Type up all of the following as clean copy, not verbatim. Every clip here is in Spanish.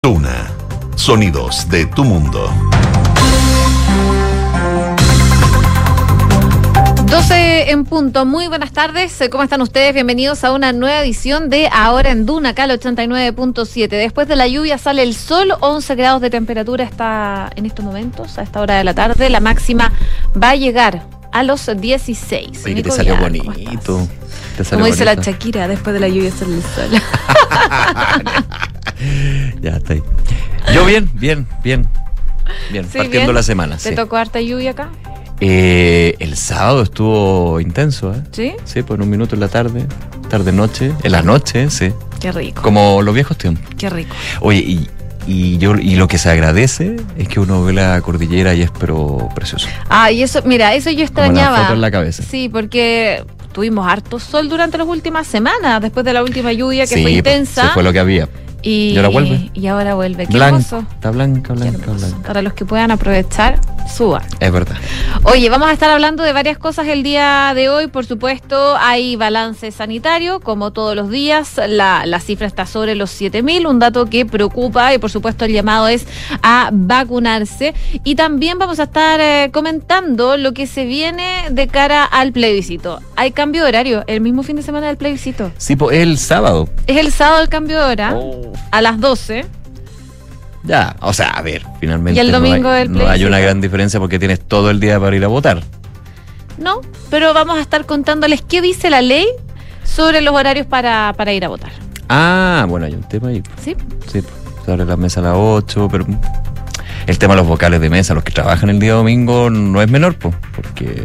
Duna, sonidos de tu mundo. 12 en punto, muy buenas tardes, ¿cómo están ustedes? Bienvenidos a una nueva edición de Ahora en Duna, acá al 89.7. Después de la lluvia sale el sol, 11 grados de temperatura está en estos momentos, a esta hora de la tarde. La máxima va a llegar a los 16. Oye, que te salió bonito. Como dice la Shakira, después de la lluvia sale el sol. Ya está ahí. Yo bien, Sí, partiendo bien. la semana. ¿Te Sí. tocó harta lluvia acá? El sábado estuvo intenso, ¿eh? ¿Sí? Sí, pues en un minuto en la tarde, tarde-noche, en la noche, sí. Qué rico, Como los viejos tiempos. qué rico. Oye, y lo que se agradece es que uno ve la cordillera y es pero precioso. Ah, y eso, mira, eso yo Como la extrañaba. foto en la cabeza. Sí, porque tuvimos harto sol durante las últimas semanas, después de la última lluvia que Sí, fue pues, intensa. se fue lo que había. Y ahora vuelve. Y ahora vuelve. Qué Blanco, hermoso. está blanca. Qué hermoso. Para los que puedan aprovechar, suban. Es verdad. Oye, vamos a estar hablando de varias cosas el día de hoy. Por supuesto, hay balance sanitario, como todos los días. La cifra está sobre los 7.000, un dato que preocupa y por supuesto el llamado es a vacunarse. Y también vamos a estar comentando lo que se viene de cara al plebiscito. Hay cambio de horario, el mismo fin de semana del plebiscito. Sí, pues el sábado. Es el sábado el cambio de hora, a las 12. Ya, o sea, a ver, finalmente ¿Y el domingo del no hay plebiscito? una gran diferencia porque tienes todo el día para ir a votar. No, pero vamos a estar contándoles qué dice la ley sobre los horarios para ir a votar. Ah, bueno, hay un tema ahí. ¿Sí? Sí, se abre la mesa a las 8, pero el tema de los vocales de mesa, los que trabajan el día domingo, no es menor, pues, porque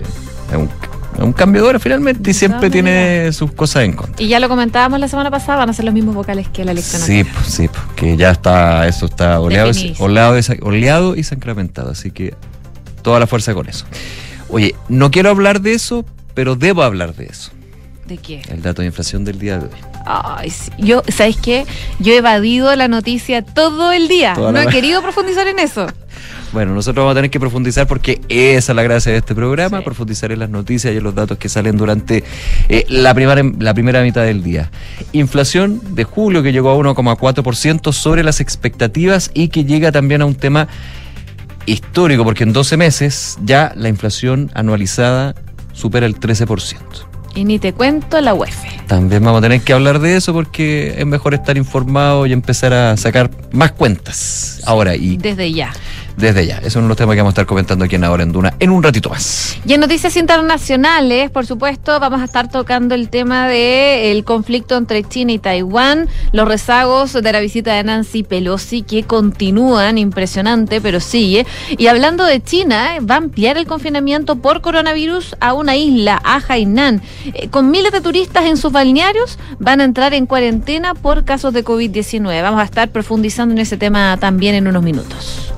es un cambio de hora finalmente y siempre tiene sus cosas en contra. Y ya lo comentábamos la semana pasada, van a ser los mismos vocales que la elección Sí, anterior. pues, que ya está, eso está Definidísimo. oleado y sacramentado, así que toda la fuerza con eso. Oye, no quiero hablar de eso, pero debo hablar de eso. ¿De qué? El dato de inflación del día de hoy. Ay, sí. Yo, ¿sabes qué? Yo he evadido la noticia todo el día. Toda No la- he querido profundizar en eso. Bueno, nosotros vamos a tener que profundizar porque esa es la gracia de este programa, Sí. profundizar en las noticias y en los datos que salen durante la primera mitad del día. Inflación de julio que llegó a 1,4% sobre las expectativas y que llega también a un tema histórico porque en 12 meses ya la inflación anualizada supera el 13%. Y ni te cuento la UEF. También vamos a tener que hablar de eso porque es mejor estar informado y empezar a sacar más cuentas ahora y Desde ya. desde ya. Esos son los temas que vamos a estar comentando aquí en Ahora en Duna en un ratito más. Y en noticias internacionales, por supuesto, vamos a estar tocando el tema del conflicto entre China y Taiwán, los rezagos de la visita de Nancy Pelosi que continúan, impresionante, pero sigue. Y hablando de China, va a ampliar el confinamiento por coronavirus a una isla, a Hainan. Con miles de turistas en sus balnearios, van a entrar en cuarentena por casos de COVID-19. Vamos a estar profundizando en ese tema también en unos minutos.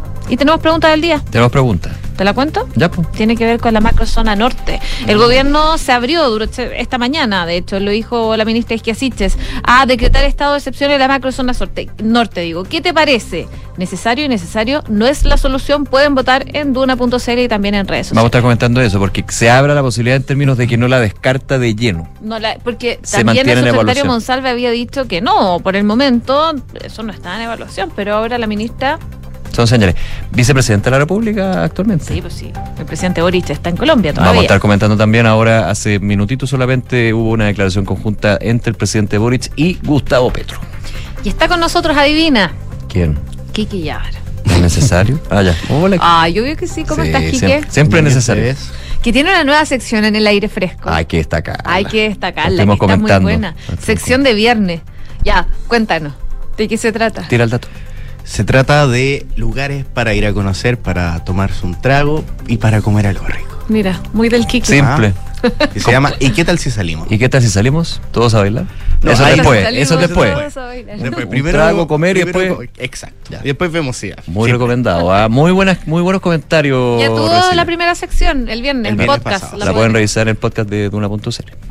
Y tenemos pregunta del día. Tenemos preguntas. ¿Te la cuento? Ya, pues. Tiene que ver con la macrozona norte. El gobierno se abrió durante esta mañana, de hecho, lo dijo la ministra Isquiasiches, a decretar estado de excepción en la macrozona norte. ¿Qué te parece? ¿Necesario? ¿Innecesario? No es la solución. Pueden votar en duna.cl y también en redes Vamos a sociales. estar comentando eso porque se abra la posibilidad en términos de que no la descarta de lleno. Porque Se también mantiene el en subsecretario evaluación. Monsalve había dicho que no, por el momento eso no está en evaluación, pero ahora la ministra, Son señales. Vicepresidenta de la República actualmente. sí, pues sí, el presidente Boric está en Colombia Vamos a todavía. estar comentando también ahora, hace minutitos solamente hubo una declaración conjunta entre el presidente Boric y Gustavo Petro. Y está con nosotros, adivina, ¿Quién? Kiki Yabar. ¿Es necesario? Ah, ya. Hola. Ah, yo veo que sí. ¿Cómo Sí, estás, Quique? siempre es necesario. Que tiene una nueva sección en el aire fresco. Hay que destacar. Hay que destacarla, Estuvimos que está muy comentando. buena. Sección de viernes. Ya, cuéntanos. ¿De qué se trata? Tira el dato. Se trata de lugares para ir a conocer, para tomarse un trago y para comer algo rico. Mira, muy del Kiki. Simple. Y se llama ¿Y qué tal si salimos? ¿Y qué tal si salimos todos a bailar? No, eso ahí después, salimos eso después. todos a bailar. Un trago, comer y después- Exacto. Ya. Y después vemos si. Muy recomendado. ¿Ah? Muy buenos comentarios. Ya tuvo recibí. la primera sección el viernes, El viernes podcast. pasado. La pueden revisar en el podcast de Duna.cl.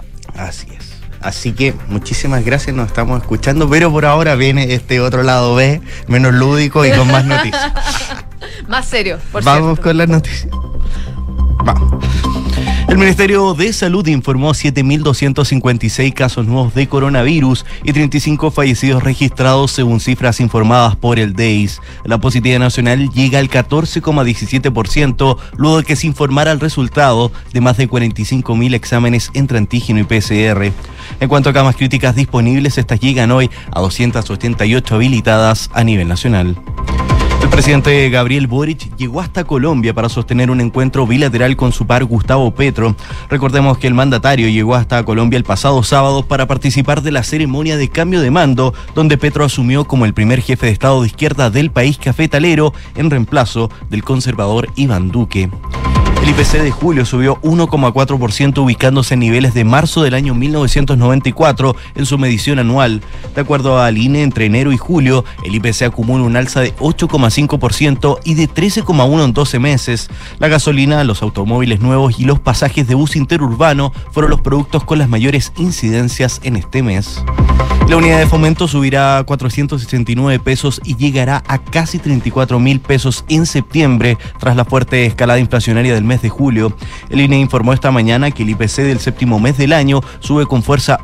Así es. Así que muchísimas gracias, nos estamos escuchando, pero por ahora viene este otro lado B, menos lúdico y con más noticias. Más serio, por Vamos cierto. con las noticias. Vamos. El Ministerio de Salud informó 7.256 casos nuevos de coronavirus y 35 fallecidos registrados según cifras informadas por el DEIS. La positividad nacional llega al 14,17% luego de que se informara el resultado de más de 45.000 exámenes entre antígeno y PCR. En cuanto a camas críticas disponibles, estas llegan hoy a 288 habilitadas a nivel nacional. El presidente Gabriel Boric llegó hasta Colombia para sostener un encuentro bilateral con su par Gustavo Petro. Recordemos que el mandatario llegó hasta Colombia el pasado sábado para participar de la ceremonia de cambio de mando, donde Petro asumió como el primer jefe de Estado de izquierda del país cafetalero en reemplazo del conservador Iván Duque. El IPC de julio subió 1,4%, ubicándose en niveles de marzo del año 1994 en su medición anual. De acuerdo al INE, entre enero y julio, el IPC acumula un alza de 8,5% y de 13,1% en 12 meses. La gasolina, los automóviles nuevos y los pasajes de bus interurbano fueron los productos con las mayores incidencias en este mes. La unidad de fomento subirá a 469 pesos y llegará a casi 34.000 pesos en septiembre, tras la fuerte escalada inflacionaria del mes de julio. El INE informó esta mañana que el IPC del séptimo mes del año sube con fuerza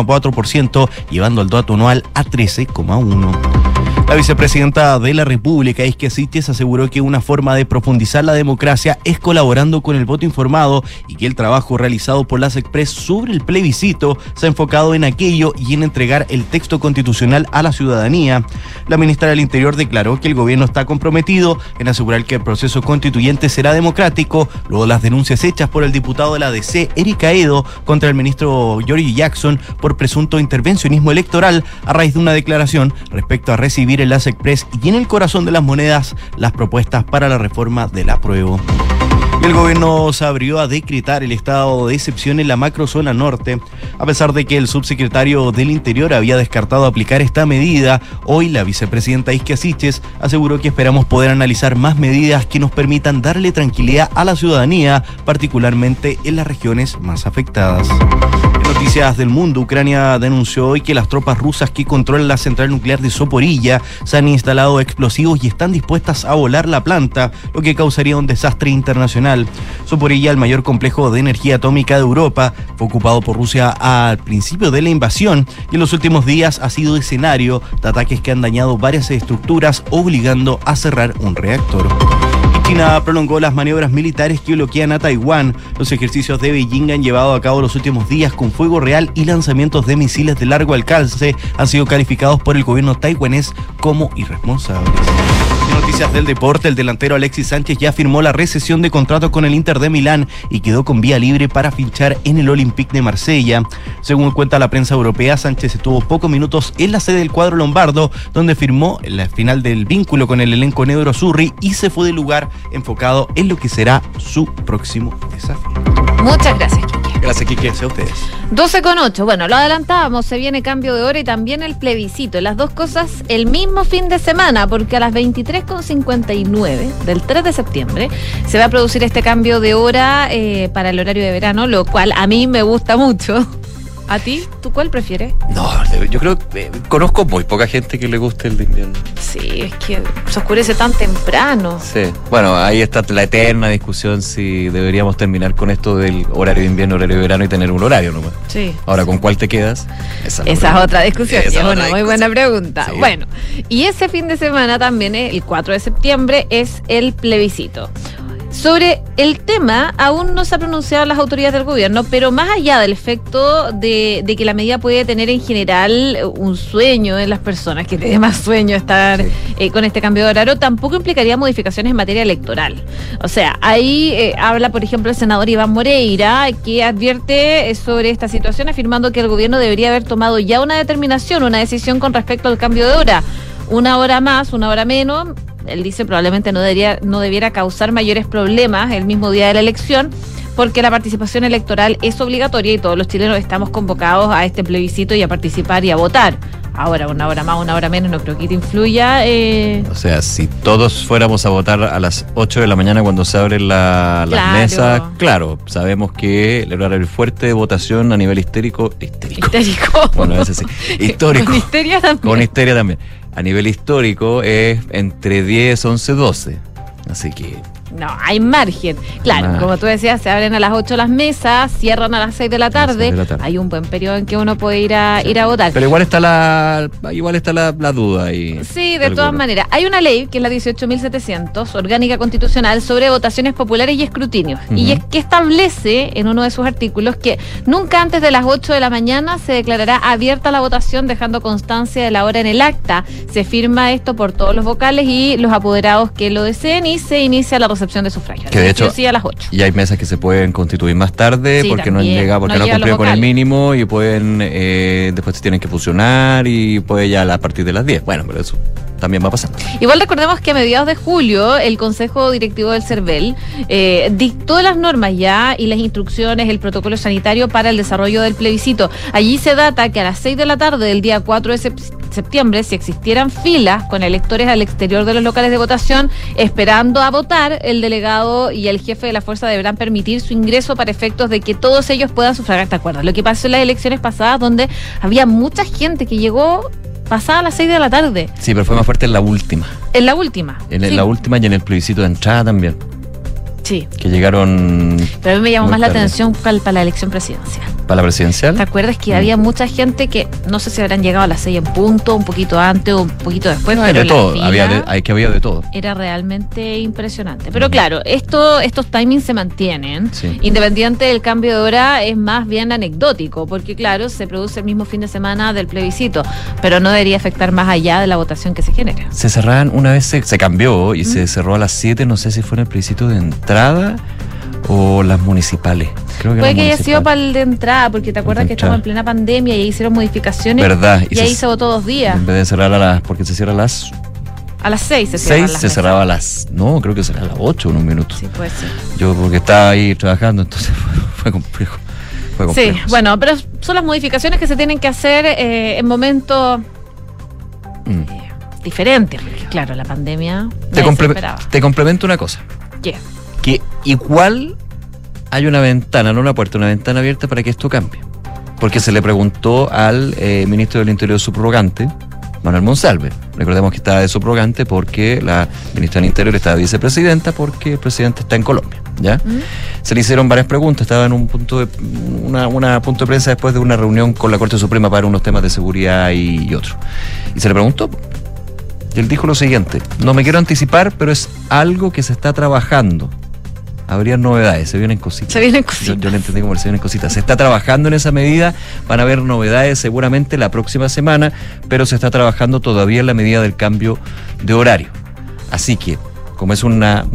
1,4%, llevando el dato anual a 13,1%. La vicepresidenta de la República, Isquia Siches, aseguró que una forma de profundizar la democracia es colaborando con el voto informado y que el trabajo realizado por las Express sobre el plebiscito se ha enfocado en aquello y en entregar el texto constitucional a la ciudadanía. La ministra del Interior declaró que el gobierno está comprometido en asegurar que el proceso constituyente será democrático, luego de las denuncias hechas por el diputado de la DC, Eric Aedo, contra el ministro George Jackson por presunto intervencionismo electoral a raíz de una declaración respecto a recibir en las Express y en el corazón de las monedas las propuestas para la reforma del apruebo. El gobierno se abrió a decretar el estado de excepción en la macrozona norte. A pesar de que el subsecretario del Interior había descartado aplicar esta medida, hoy la vicepresidenta Isquia Siches aseguró que esperamos poder analizar más medidas que nos permitan darle tranquilidad a la ciudadanía, particularmente en las regiones más afectadas. En noticias del mundo, Ucrania denunció hoy que las tropas rusas que controlan la central nuclear de Zaporizhia se han instalado explosivos y están dispuestas a volar la planta, lo que causaría un desastre internacional. Zaporizhia, el mayor complejo de energía atómica de Europa, fue ocupado por Rusia al principio de la invasión y en los últimos días ha sido escenario de ataques que han dañado varias estructuras, obligando a cerrar un reactor. China prolongó las maniobras militares que bloquean a Taiwán. Los ejercicios de Beijing han llevado a cabo los últimos días con fuego real y lanzamientos de misiles de largo alcance han sido calificados por el gobierno taiwanés como irresponsables. En noticias del deporte, el delantero Alexis Sánchez ya firmó la rescisión de contrato con el Inter de Milán y quedó con vía libre para fichar en el Olympique de Marsella. Según cuenta la prensa europea, Sánchez estuvo pocos minutos en la sede del cuadro lombardo, donde firmó la final del vínculo con el elenco nero-azzurri y se fue del lugar enfocado en lo que será su próximo desafío. Muchas gracias, Quique. Gracias, Quique. Gracias a ustedes. 12:08. Bueno, lo adelantábamos, se viene cambio de hora y también el plebiscito. Las dos cosas el mismo fin de semana, porque a las 23:59 del 3 de septiembre se va a producir este cambio de hora para el horario de verano, lo cual a mí me gusta mucho. ¿A ti? ¿Tú cuál prefieres? No, yo creo que conozco muy poca gente que le guste el de invierno. Sí, es que se oscurece tan temprano. Sí, bueno, ahí está la eterna discusión si deberíamos terminar con esto del horario de invierno, horario de verano y tener un horario nomás. Sí. Ahora, ¿con cuál te quedas? Esa es otra discusión, y es una muy buena pregunta. Sí. Bueno, y ese fin de semana también, el 4 de septiembre, es el plebiscito. Sobre el tema, aún no se han pronunciado las autoridades del gobierno, pero más allá del efecto de que la medida puede tener en general un sueño en las personas, que le dé más sueño estar con este cambio de horario, tampoco implicaría modificaciones en materia electoral. O sea, ahí habla, por ejemplo, el senador Iván Moreira, que advierte sobre esta situación, afirmando que el gobierno debería haber tomado ya una determinación, una decisión con respecto al cambio de hora. Una hora más, una hora menos. Él dice probablemente no debiera causar mayores problemas el mismo día de la elección, porque la participación electoral es obligatoria y todos los chilenos estamos convocados a este plebiscito y a participar y a votar. Ahora, una hora más, una hora menos, no creo que te influya. O sea, si todos fuéramos a votar a las 8 de la mañana cuando se abren las mesas, claro, sabemos que el horario fuerte de votación a nivel histérico. Bueno, ese sí. Histórico. Con histeria también. Con histeria también. A nivel histórico es entre 10, 11, 12. Así que No, hay margen. Claro, como tú decías, se abren a las 8 las mesas, cierran a las 6 de la tarde. Hay un buen periodo en que uno puede ir a votar. Pero igual está la duda ahí. Sí, de todas maneras. Hay una ley, que es la 18.700, orgánica constitucional, sobre votaciones populares y escrutinios. Y es que establece en uno de sus artículos que nunca antes de las 8 de la mañana se declarará abierta la votación, dejando constancia de la hora en el acta. Se firma esto por todos los vocales y los apoderados que lo deseen y se inicia la recepción de sufragios. Que de hecho, sí, a las 8. Y hay mesas que se pueden constituir más tarde, sí, porque también, no han llegado, porque no han cumplido con el mínimo y pueden, después se tienen que fusionar y puede ya a partir de las 10. Bueno, pero eso también va a pasar. Igual recordemos que a mediados de julio el Consejo Directivo del CERVEL dictó las normas ya y las instrucciones, el protocolo sanitario para el desarrollo del plebiscito. Allí se data que a las 6 de la tarde del día 4 de septiembre, si existieran filas con electores al exterior de los locales de votación esperando a votar, el delegado y el jefe de la fuerza deberán permitir su ingreso para efectos de que todos ellos puedan sufragar. ¿Te acuerdas? Lo que pasó en las elecciones pasadas, donde había mucha gente que llegó pasada a las 6 de la tarde. Sí, pero fue más fuerte en la última. En la última. En la última y en el plebiscito de entrada también. Sí. Que llegaron... Pero a mí me llamó más la atención para la elección presidencial. ¿Para la presidencial? ¿Te acuerdas que había mucha gente que no sé si habrán llegado a las 6 en punto, un poquito antes o un poquito después? No, pero de todo, había de todo. Era realmente impresionante. Pero claro, estos timings se mantienen. Sí. Independiente del cambio de hora, es más bien anecdótico, porque claro, se produce el mismo fin de semana del plebiscito, pero no debería afectar más allá de la votación que se genera. Se cerraban, una vez se cambió y se cerró a las 7, no sé si fue en el plebiscito de entrada o las municipales. Creo que puede que haya sido para el de entrada, porque te acuerdas que estamos en plena pandemia y ahí hicieron modificaciones. ¿Verdad? Y ahí se votó 2 días. En vez de cerrar porque se cierra a las... A las 6 se cierra. 6 se cerraba a las... No, creo que será a las 8 en un minuto. Sí, puede ser. Yo porque estaba ahí trabajando, entonces fue complejo. Sí, bueno, pero son las modificaciones que se tienen que hacer en momentos diferentes, porque claro, la pandemia te complemento una cosa. ¿Qué? Que igual hay una ventana, no una puerta, una ventana abierta para que esto cambie. Porque se le preguntó al ministro del Interior subrogante, Manuel Monsalve. Recordemos que estaba de subrogante porque la ministra del Interior estaba vicepresidenta porque el presidente está en Colombia, ¿ya? Se le hicieron varias preguntas, estaba en un punto de punto de prensa después de una reunión con la Corte Suprema para unos temas de seguridad y otros. Y se le preguntó, y él dijo lo siguiente: no me quiero anticipar, pero es algo que se está trabajando. Habría novedades, se vienen cositas. Se vienen cositas. Yo lo entendí como se vienen cositas. Se está trabajando en esa medida, van a haber novedades seguramente la próxima semana, pero se está trabajando todavía en la medida del cambio de horario. Así que, como es una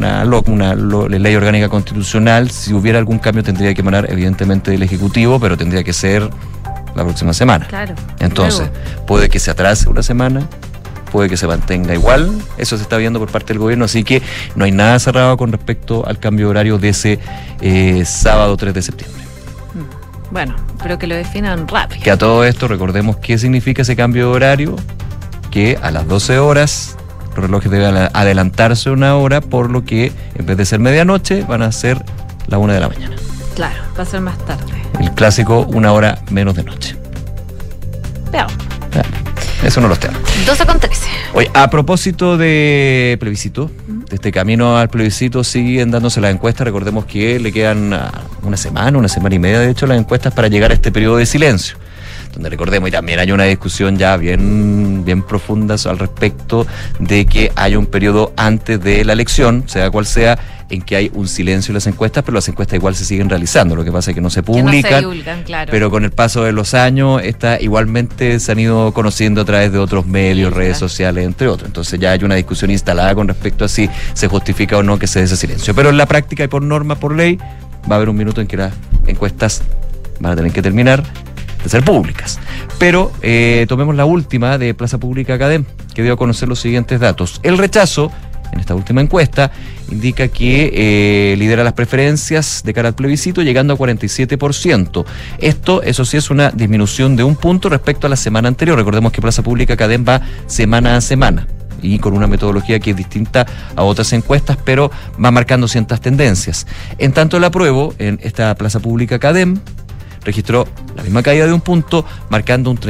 ley orgánica constitucional, si hubiera algún cambio tendría que emanar evidentemente del Ejecutivo, pero tendría que ser la próxima semana. Claro. Entonces, puede que se atrase una semana, puede que se mantenga igual, eso se está viendo por parte del gobierno, así que no hay nada cerrado con respecto al cambio de horario de ese sábado 3 de septiembre. Bueno, pero que lo definan rápido. Que a todo esto recordemos qué significa ese cambio de horario, que a las 12 horas los relojes deben adelantarse una hora, por lo que en vez de ser medianoche van a ser la 1 de la mañana. Claro, va a ser más tarde. El clásico 1 hora menos de noche. Veamos. Es uno de los temas. 12:13. Oye, a propósito de plebiscito, de este camino al plebiscito, siguen dándose las encuestas. Recordemos que le quedan una semana y media, de hecho, las encuestas para llegar a este periodo de silencio, donde recordemos, y también hay una discusión ya bien profunda al respecto de que hay un periodo antes de la elección, sea cual sea, en que hay un silencio en las encuestas, pero las encuestas igual se siguen realizando. Lo que pasa es que no se publican, claro. Pero con el paso de los años, igualmente se han ido conociendo a través de otros medios, redes sociales, entre otros. Entonces ya hay una discusión instalada con respecto a si se justifica o no que se dé ese silencio. Pero en la práctica y por norma, por ley, va a haber un minuto en que las encuestas van a tener que terminar de ser públicas. Pero tomemos la última de Plaza Pública Academ, que dio a conocer los siguientes datos. El rechazo en esta última encuesta indica que lidera las preferencias de cara al plebiscito, llegando a 47%. Esto, eso sí, es una disminución de 1 punto respecto a la semana anterior. Recordemos que Plaza Pública Academ va semana a semana y con una metodología que es distinta a otras encuestas, pero va marcando ciertas tendencias. En tanto, el apruebo en esta Plaza Pública Academ registró la misma caída de 1 punto, marcando un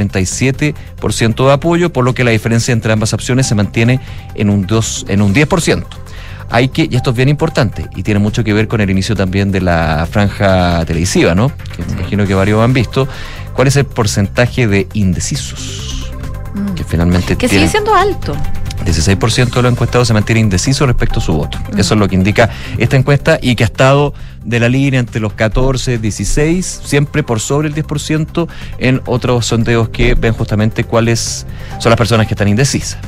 37% de apoyo, por lo que la diferencia entre ambas opciones se mantiene en un 10%. hay que, y esto es bien importante, y tiene mucho que ver con el inicio también de la franja televisiva, ¿no? Que me imagino que varios han visto. ¿Cuál es el porcentaje de indecisos? Que finalmente que sigue siendo alto. 16% de los encuestados se mantiene indeciso respecto a su voto. Eso es lo que indica esta encuesta, y que ha estado de la línea entre los 14, 16, siempre por sobre el 10% en otros sondeos que ven justamente cuáles son las personas que están indecisas.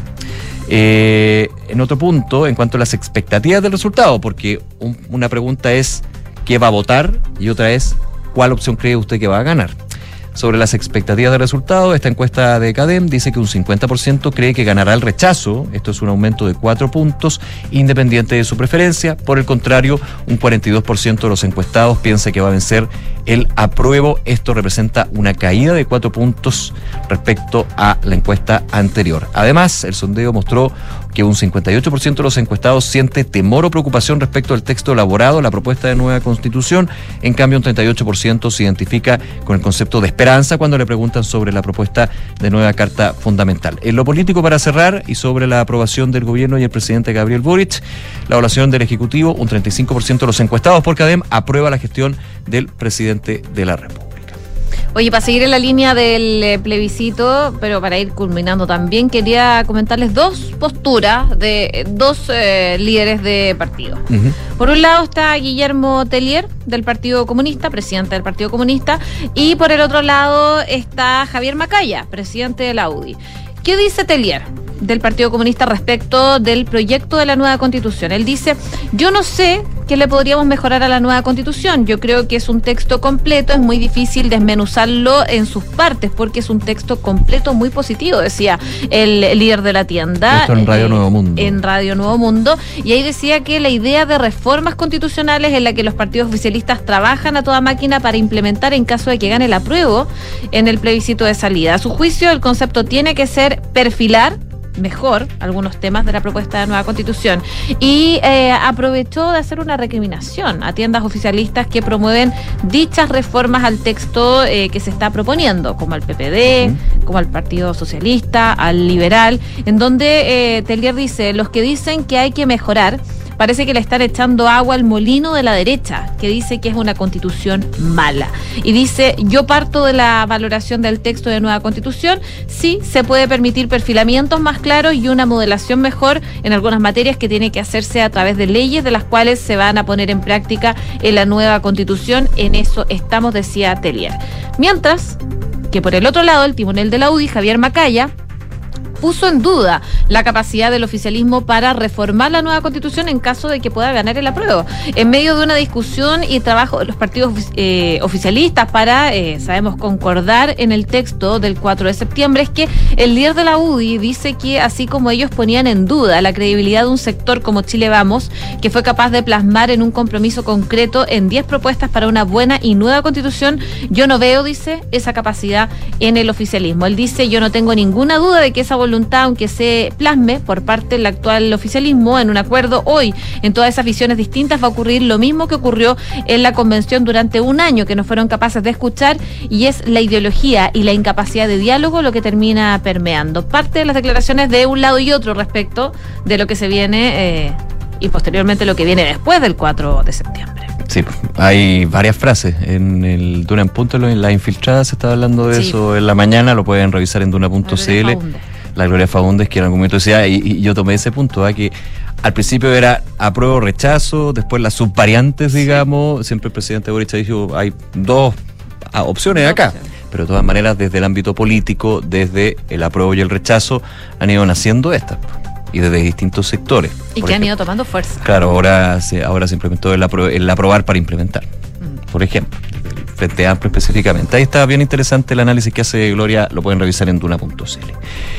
En otro punto, en cuanto a las expectativas del resultado, porque una pregunta es ¿qué va a votar? Y otra es ¿cuál opción cree usted que va a ganar? Sobre las expectativas de resultado, esta encuesta de CADEM dice que un 50% cree que ganará el rechazo. Esto es un aumento de 4 puntos, independiente de su preferencia. Por el contrario, un 42% de los encuestados piensa que va a vencer el apruebo. Esto representa una caída de 4 puntos respecto a la encuesta anterior. Además, el sondeo mostró que un 58% de los encuestados siente temor o preocupación respecto al texto elaborado, la propuesta de nueva constitución. En cambio, un 38% se identifica con el concepto de esperanza cuando le preguntan sobre la propuesta de nueva carta fundamental. En lo político, para cerrar, y sobre la aprobación del gobierno y el presidente Gabriel Boric, la evaluación del Ejecutivo, un 35% de los encuestados por CADEM aprueba la gestión del presidente de la República. Oye, para seguir en la línea del plebiscito, pero para ir culminando también, quería comentarles dos posturas de dos líderes de partido. Por un lado está Guillermo Tellier, del Partido Comunista, presidente del Partido Comunista, y por el otro lado está Javier Macaya, presidente de la UDI. ¿Qué dice Tellier del Partido Comunista respecto del proyecto de la nueva Constitución? Él dice: yo no sé qué le podríamos mejorar a la nueva Constitución. Yo creo que es un texto completo, es muy difícil desmenuzarlo en sus partes porque es un texto completo muy positivo, decía el líder de la tienda. Esto en Radio Nuevo Mundo. En Radio Nuevo Mundo. Y ahí decía que la idea de reformas constitucionales en la que los partidos oficialistas trabajan a toda máquina para implementar en caso de que gane el apruebo en el plebiscito de salida. A su juicio, el concepto tiene que ser perfilar mejor algunos temas de la propuesta de nueva Constitución, y aprovechó de hacer una recriminación a tiendas oficialistas que promueven dichas reformas al texto que se está proponiendo, como al PPD, como al Partido Socialista, al Liberal, en donde Tellier dice: los que dicen que hay que mejorar parece que le están echando agua al molino de la derecha, que dice que es una constitución mala. Y dice: yo parto de la valoración del texto de nueva Constitución. Sí, se puede permitir perfilamientos más claros y una modelación mejor en algunas materias que tiene que hacerse a través de leyes de las cuales se van a poner en práctica en la nueva Constitución. En eso estamos, decía Tellier. Mientras que por el otro lado, el timonel de la UDI, Javier Macaya, puso en duda la capacidad del oficialismo para reformar la nueva Constitución en caso de que pueda ganar el apruebo. En medio de una discusión y trabajo de los partidos oficialistas para, sabemos, concordar en el texto del 4 de septiembre, es que el líder de la UDI dice que así como ellos ponían en duda la credibilidad de un sector como Chile Vamos, que fue capaz de plasmar en un compromiso concreto en 10 propuestas para una buena y nueva Constitución, yo no veo, dice, esa capacidad en el oficialismo. Él dice: yo no tengo ninguna duda de que esa voluntad, aunque se plasme por parte del actual oficialismo en un acuerdo hoy, en todas esas visiones distintas va a ocurrir lo mismo que ocurrió en la convención durante un año, que no fueron capaces de escuchar, y es la ideología y la incapacidad de diálogo lo que termina permeando. Parte de las declaraciones de un lado y otro respecto de lo que se viene y posteriormente lo que viene después del 4 de septiembre. Sí, hay varias frases. En el Duna en Punto, en la infiltrada se estaba hablando de eso en la mañana, lo pueden revisar en duna.cl. La Gloria Faúndez, que en algún momento decía, y yo tomé ese punto, que al principio era apruebo, rechazo, después las subvariantes, digamos. Siempre el presidente Boric ha dicho: hay dos opciones acá. Pero de todas maneras, desde el ámbito político, desde el apruebo y el rechazo, han ido naciendo estas, y desde distintos sectores. Y que han ido tomando fuerza. Claro, ahora se implementó el aprobar para implementar, por ejemplo, desde el Frente Amplio específicamente. Ahí está bien interesante el análisis que hace Gloria, lo pueden revisar en duna.cl.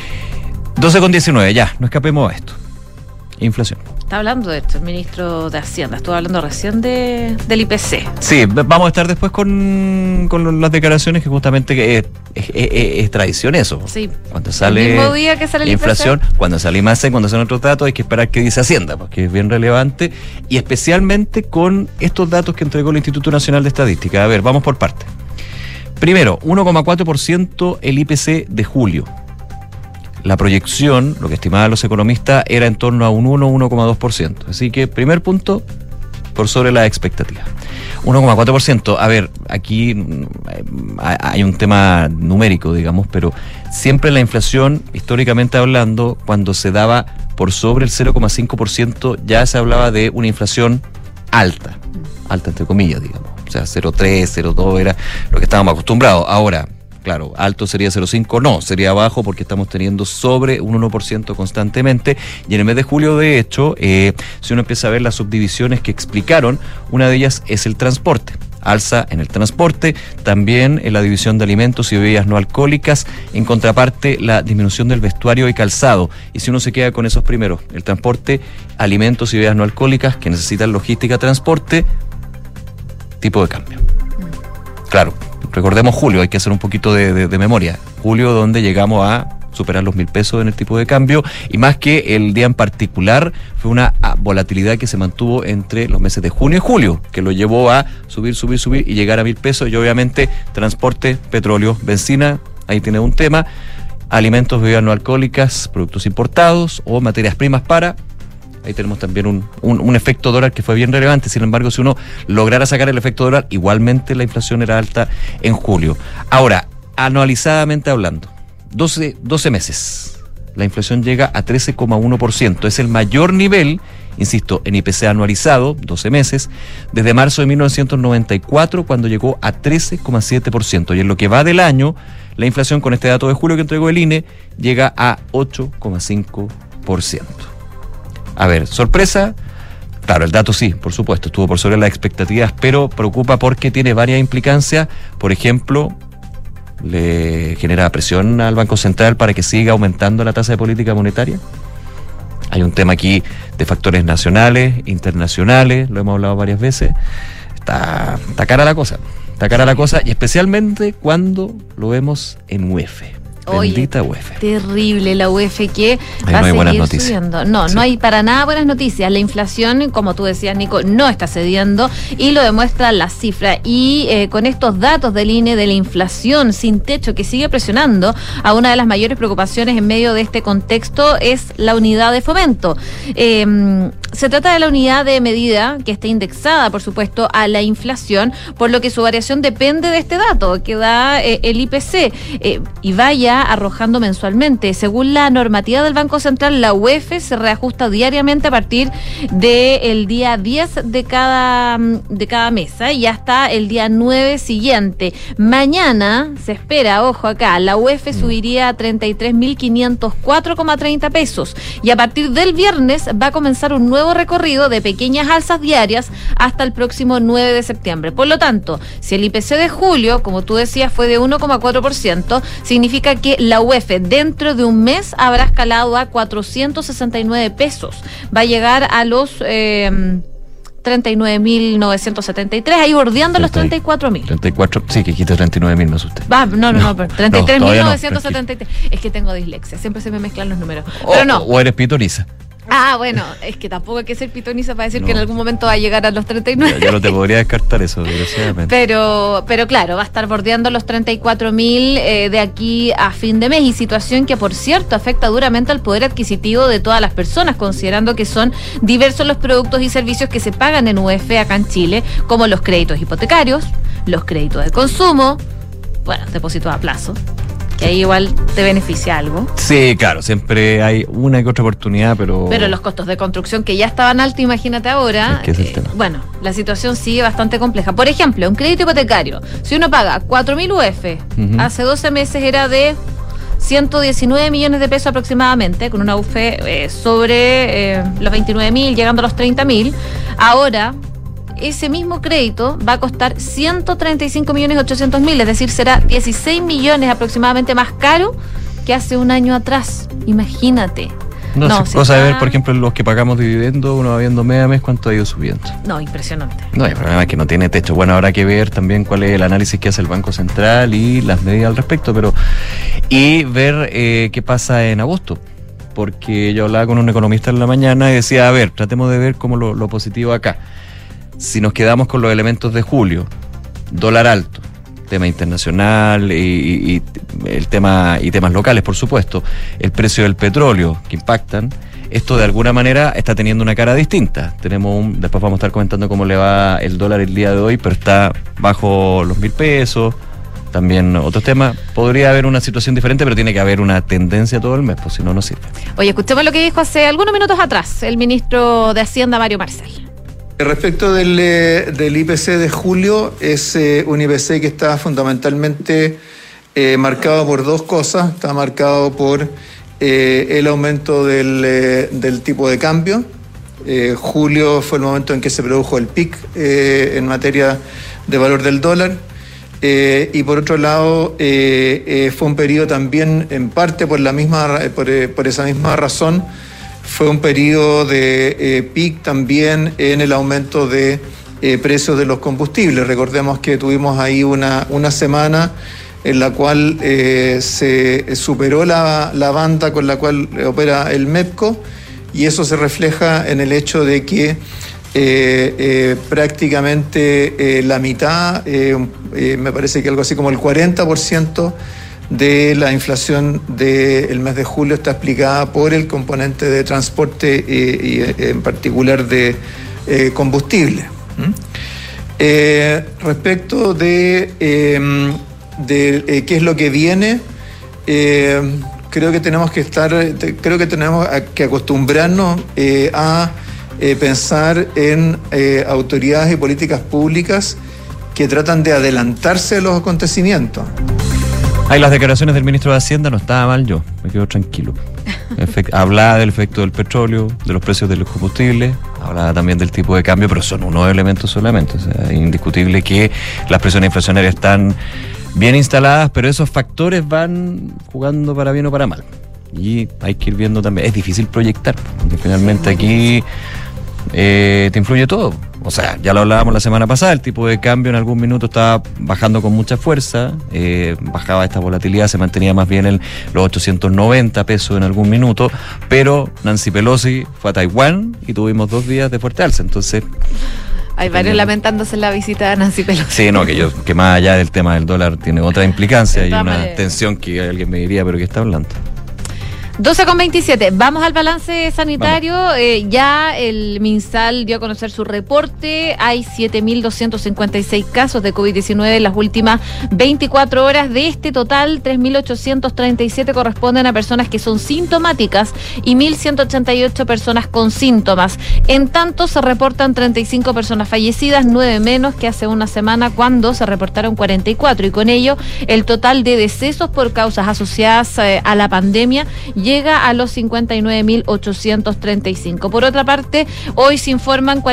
12:19, ya, no escapemos a esto. Inflación. Está hablando de esto el ministro de Hacienda, estuvo hablando recién del IPC. Sí, vamos a estar después con las declaraciones, que justamente es tradición eso. Sí. Cuando sale el mismo día que sale la inflación, cuando sale IMASEC, cuando salen otros datos, hay que esperar qué dice Hacienda, porque es bien relevante, y especialmente con estos datos que entregó el Instituto Nacional de Estadística. A ver, vamos por partes. Primero, 1,4% el IPC de julio. la proyección, lo que estimaban los economistas, era en torno a un 1,2%. Así que, primer punto, por sobre la expectativa. 1,4%. A ver, aquí hay un tema numérico, digamos, pero siempre la inflación, históricamente hablando, cuando se daba por sobre el 0,5%, ya se hablaba de una inflación alta entre comillas, digamos. O sea, 0,3, 0,2 era lo que estábamos acostumbrados. Ahora, claro, alto sería 0,5, no, sería bajo porque estamos teniendo sobre un 1% constantemente. Y en el mes de julio, de hecho, si uno empieza a ver las subdivisiones que explicaron, una de ellas es el transporte. Alza en el transporte, también en la división de alimentos y bebidas no alcohólicas, en contraparte la disminución del vestuario y calzado. Y si uno se queda con esos primeros, el transporte, alimentos y bebidas no alcohólicas que necesitan logística, transporte, tipo de cambio. Claro, recordemos julio, hay que hacer un poquito de memoria. Julio, donde llegamos a superar los 1.000 pesos en el tipo de cambio, y más que el día en particular, fue una volatilidad que se mantuvo entre los meses de junio y julio, que lo llevó a subir y llegar a 1.000 pesos, y obviamente transporte, petróleo, benzina, ahí tiene un tema, alimentos, bebidas no alcohólicas, productos importados o materias primas para... Ahí tenemos también un efecto dólar que fue bien relevante. Sin embargo, si uno lograra sacar el efecto dólar, igualmente la inflación era alta en julio. Ahora, anualizadamente hablando, 12 meses, la inflación llega a 13,1%. Es el mayor nivel, insisto, en IPC anualizado, 12 meses, desde marzo de 1994, cuando llegó a 13,7%. Y en lo que va del año, la inflación, con este dato de julio que entregó el INE, llega a 8,5%. A ver, sorpresa, claro, el dato sí, por supuesto, estuvo por sobre las expectativas, pero preocupa porque tiene varias implicancias. Por ejemplo, le genera presión al Banco Central para que siga aumentando la tasa de política monetaria. Hay un tema aquí de factores nacionales, internacionales, lo hemos hablado varias veces. Está cara la cosa, y especialmente cuando lo vemos en UEF. Bendita UEF. Terrible la UEF que ahí va a no hay seguir subiendo. No, sí. No hay para nada buenas noticias. La inflación, como tú decías, Nico, no está cediendo y lo demuestra la cifra. Y con estos datos del INE de la inflación sin techo que sigue presionando, a una de las mayores preocupaciones en medio de este contexto es la unidad de fomento. Se trata de la unidad de medida que está indexada, por supuesto, a la inflación, por lo que su variación depende de este dato que da el IPC y vaya arrojando mensualmente. Según la normativa del Banco Central, la UEF se reajusta diariamente a partir del día 10 de cada mes y hasta el día 9 siguiente. Mañana se espera, ojo acá, la UEF subiría a 33.504,30 pesos y a partir del viernes va a comenzar un nuevo recorrido de pequeñas alzas diarias hasta el próximo 9 de septiembre. Por lo tanto, si el IPC de julio, como tú decías, fue de 1,4%, significa que la UEF dentro de un mes habrá escalado a 469 pesos. Va a llegar a los 39.973, ahí bordeando los 34.000. 34, sí, que dijiste 39.000, me asusté. No, pero 33.973. Es que tengo dislexia, siempre se me mezclan los números. Pero no. O eres pitoniza. Ah, bueno, es que tampoco hay que ser pitoniza para decir que en algún momento va a llegar a los 39. Yo no te podría descartar eso, desgraciadamente. Pero claro, va a estar bordeando los 34.000 de aquí a fin de mes, y situación que, por cierto, afecta duramente al poder adquisitivo de todas las personas, considerando que son diversos los productos y servicios que se pagan en UEF acá en Chile, como los créditos hipotecarios, los créditos de consumo, bueno, depósitos a plazo, que ahí igual te beneficia algo. Sí, claro, siempre hay una que otra oportunidad, pero los costos de construcción que ya estaban altos, imagínate ahora. Es que es el tema. Bueno, la situación sigue bastante compleja. Por ejemplo, un crédito hipotecario, si uno paga 4.000 UF, hace 12 meses era de 119 millones de pesos aproximadamente, con una UF sobre los 29.000, llegando a los 30.000. Ahora ese mismo crédito va a costar 135.800.000, es decir, será 16 millones aproximadamente más caro que hace un año atrás. Imagínate. No, es cosa de ver, por ejemplo, los que pagamos dividendo, uno va viendo mes a mes cuánto ha ido subiendo. No, impresionante. No, el problema es que no tiene techo. Bueno, habrá que ver también cuál es el análisis que hace el Banco Central y las medidas al respecto, y ver qué pasa en agosto. Porque yo hablaba con un economista en la mañana y decía, a ver, tratemos de ver cómo lo positivo acá. Si nos quedamos con los elementos de julio, dólar alto, tema internacional y el tema y temas locales, por supuesto, el precio del petróleo que impactan. Esto de alguna manera está teniendo una cara distinta. Después vamos a estar comentando cómo le va el dólar el día de hoy, pero está bajo los 1.000 pesos. También otros temas. Podría haber una situación diferente, pero tiene que haber una tendencia todo el mes, pues si no, no sirve. Oye, escuchemos lo que dijo hace algunos minutos atrás el ministro de Hacienda, Mario Marcel. Respecto del IPC de julio, es un IPC que está fundamentalmente marcado por dos cosas. Está marcado por el aumento del tipo de cambio. Julio fue el momento en que se produjo el pic en materia de valor del dólar. Y por otro lado, fue un periodo también, en parte por esa misma razón, fue un periodo de pic también en el aumento de precios de los combustibles. Recordemos que tuvimos ahí una semana en la cual se superó la banda con la cual opera el MEPCO, y eso se refleja en el hecho de que prácticamente la mitad, me parece que algo así como el 40% de la inflación del mes de julio está explicada por el componente de transporte y en particular de combustible. Respecto de qué es lo que viene, creo que tenemos que acostumbrarnos a pensar en autoridades y políticas públicas que tratan de adelantarse a los acontecimientos. Las declaraciones del ministro de Hacienda no estaba mal, yo me quedo tranquilo. Hablaba del efecto del petróleo, de los precios de los combustibles, hablaba también del tipo de cambio, pero son unos elementos solamente. O sea, es indiscutible que las presiones inflacionarias están bien instaladas, pero esos factores van jugando para bien o para mal. Y hay que ir viendo también. Es difícil proyectar, porque finalmente aquí te influye todo. O sea, ya lo hablábamos la semana pasada, el tipo de cambio en algún minuto estaba bajando con mucha fuerza, bajaba esta volatilidad, se mantenía más bien en los 890 pesos en algún minuto, pero Nancy Pelosi fue a Taiwán y tuvimos 2 días de fuerte alza, entonces... Hay varios lamentándose en la visita de Nancy Pelosi. Sí, no, que más allá del tema del dólar tiene otra implicancia y una manera. Tensión que alguien me diría, pero ¿qué está hablando? 12:27. Vamos al balance sanitario. Ya el MinSal dio a conocer su reporte. Hay 7.256 casos de COVID-19 en las últimas 24 horas. De este total, 3.837 corresponden a personas que son sintomáticas y 1.188 personas con síntomas. En tanto, se reportan 35 personas fallecidas, 9 menos que hace una semana cuando se reportaron 44. Y con ello, el total de decesos por causas asociadas a la pandemia llega a los 59.835. Por otra parte, hoy se informan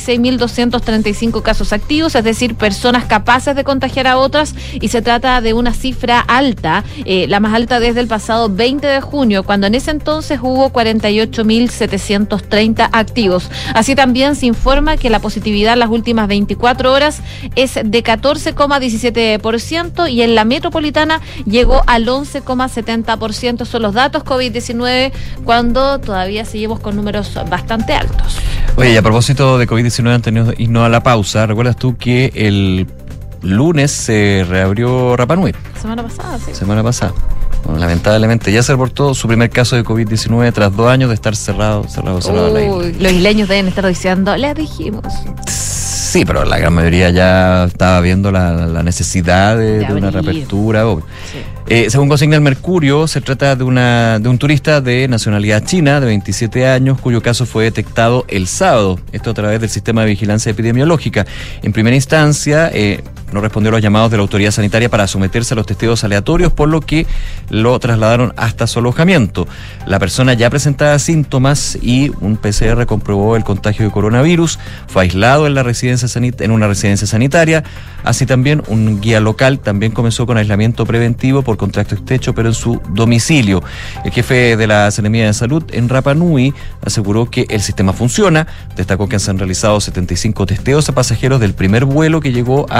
46.235 casos activos, es decir, personas capaces de contagiar a otras, y se trata de una cifra alta, la más alta desde el pasado 20 de junio, cuando en ese entonces hubo 48.730 activos. Así también se informa que la positividad en las últimas 24 horas es de 14,17% y en la metropolitana llegó al 11,70%. Son los datos COVID-19 cuando todavía seguimos con números bastante altos. Oye, y a propósito de COVID-19, antes de irnos a la pausa, ¿recuerdas tú que el lunes se reabrió Rapa Nui? Semana pasada, sí. Semana pasada. Bueno, lamentablemente ya se reportó su primer caso de COVID-19 tras 2 años de estar cerrado la isla. Los isleños deben estar diciendo, les dijimos. Sí, pero la gran mayoría ya estaba viendo la necesidad de una reapertura. Sí. Según consigna el Mercurio, se trata de un turista de nacionalidad china de 27 años cuyo caso fue detectado el sábado, esto a través del sistema de vigilancia epidemiológica. En primera instancia, no respondió a los llamados de la autoridad sanitaria para someterse a los testeos aleatorios, por lo que lo trasladaron hasta su alojamiento. La persona ya presentaba síntomas y un PCR comprobó el contagio de coronavirus, fue aislado en una residencia sanitaria, así también un guía local también comenzó con aislamiento preventivo por contacto estrecho, pero en su domicilio. El jefe de la Seremía de Salud en Rapa Nui aseguró que el sistema funciona, destacó que se han realizado 75 testeos a pasajeros del primer vuelo que llegó a Rapa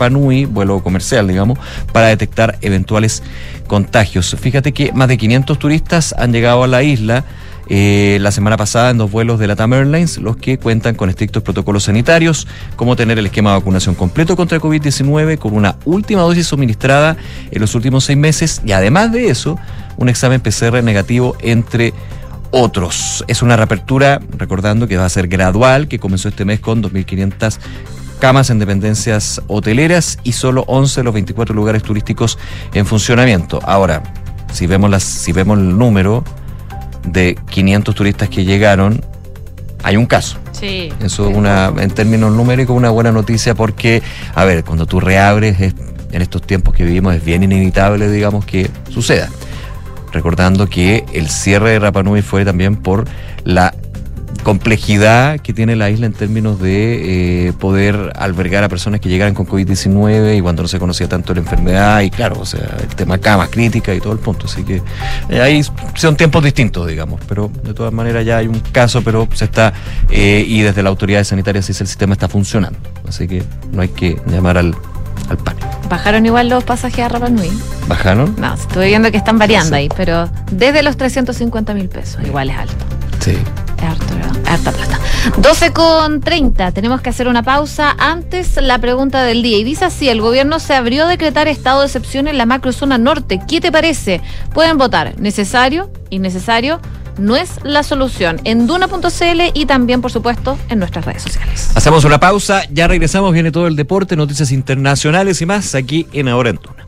Rapa Nui, vuelo comercial, digamos, para detectar eventuales contagios. Fíjate que más de 500 turistas han llegado a la isla la semana pasada en 2 vuelos de LATAM Airlines, los que cuentan con estrictos protocolos sanitarios, como tener el esquema de vacunación completo contra el COVID-19 con una última dosis suministrada en los últimos 6 meses y además de eso, un examen PCR negativo, entre otros. Es una reapertura, recordando que va a ser gradual, que comenzó este mes con 2.500 camas en dependencias hoteleras y solo 11 de los 24 lugares turísticos en funcionamiento. Ahora, si vemos el número de 500 turistas que llegaron, hay un caso. Sí. Eso es en términos numéricos, una buena noticia porque, a ver, cuando tú reabres, en estos tiempos que vivimos, es bien inevitable, digamos, que suceda. Recordando que el cierre de Rapa Nui fue también por la complejidad que tiene la isla en términos de poder albergar a personas que llegaran con COVID-19 y cuando no se conocía tanto la enfermedad y claro, o sea, el tema camas críticas y todo el punto, así que ahí son tiempos distintos, digamos, pero de todas maneras ya hay un caso, pero se está y desde la autoridad sanitaria sí el sistema está funcionando, así que no hay que llamar al pánico. ¿Bajaron igual los pasajes a Rapa Nui? ¿Bajaron? No, estuve viendo que están variando Sí. ahí, pero desde los 350.000 pesos, igual es alto. Sí. Harta plata. 12:30, tenemos que hacer una pausa. Antes, la pregunta del día. Y dice así: el gobierno se abrió a decretar estado de excepción en la macrozona norte. ¿Qué te parece? Pueden votar necesario, innecesario, no es la solución. En Duna.cl y también, por supuesto, en nuestras redes sociales. Hacemos una pausa, ya regresamos, viene todo el deporte, noticias internacionales y más aquí en Ahora en Duna.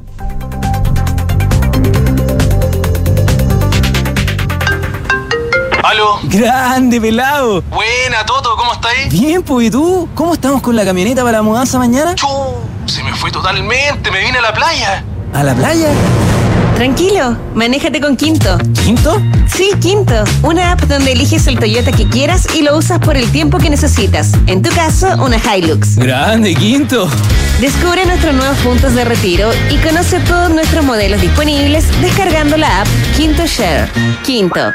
¿Aló? ¡Grande, pelado! Buena, Toto, ¿cómo estáis? Bien, pues, ¿y tú? ¿Cómo estamos con la camioneta para la mudanza mañana? Chu, se me fue totalmente, me vine a la playa. ¿A la playa? Tranquilo, manéjate con Quinto. ¿Quinto? Sí, Quinto, una app donde eliges el Toyota que quieras y lo usas por el tiempo que necesitas. En tu caso, una Hilux. ¡Grande, Quinto! Descubre nuestros nuevos puntos de retiro y conoce todos nuestros modelos disponibles descargando la app Quinto Share. Quinto.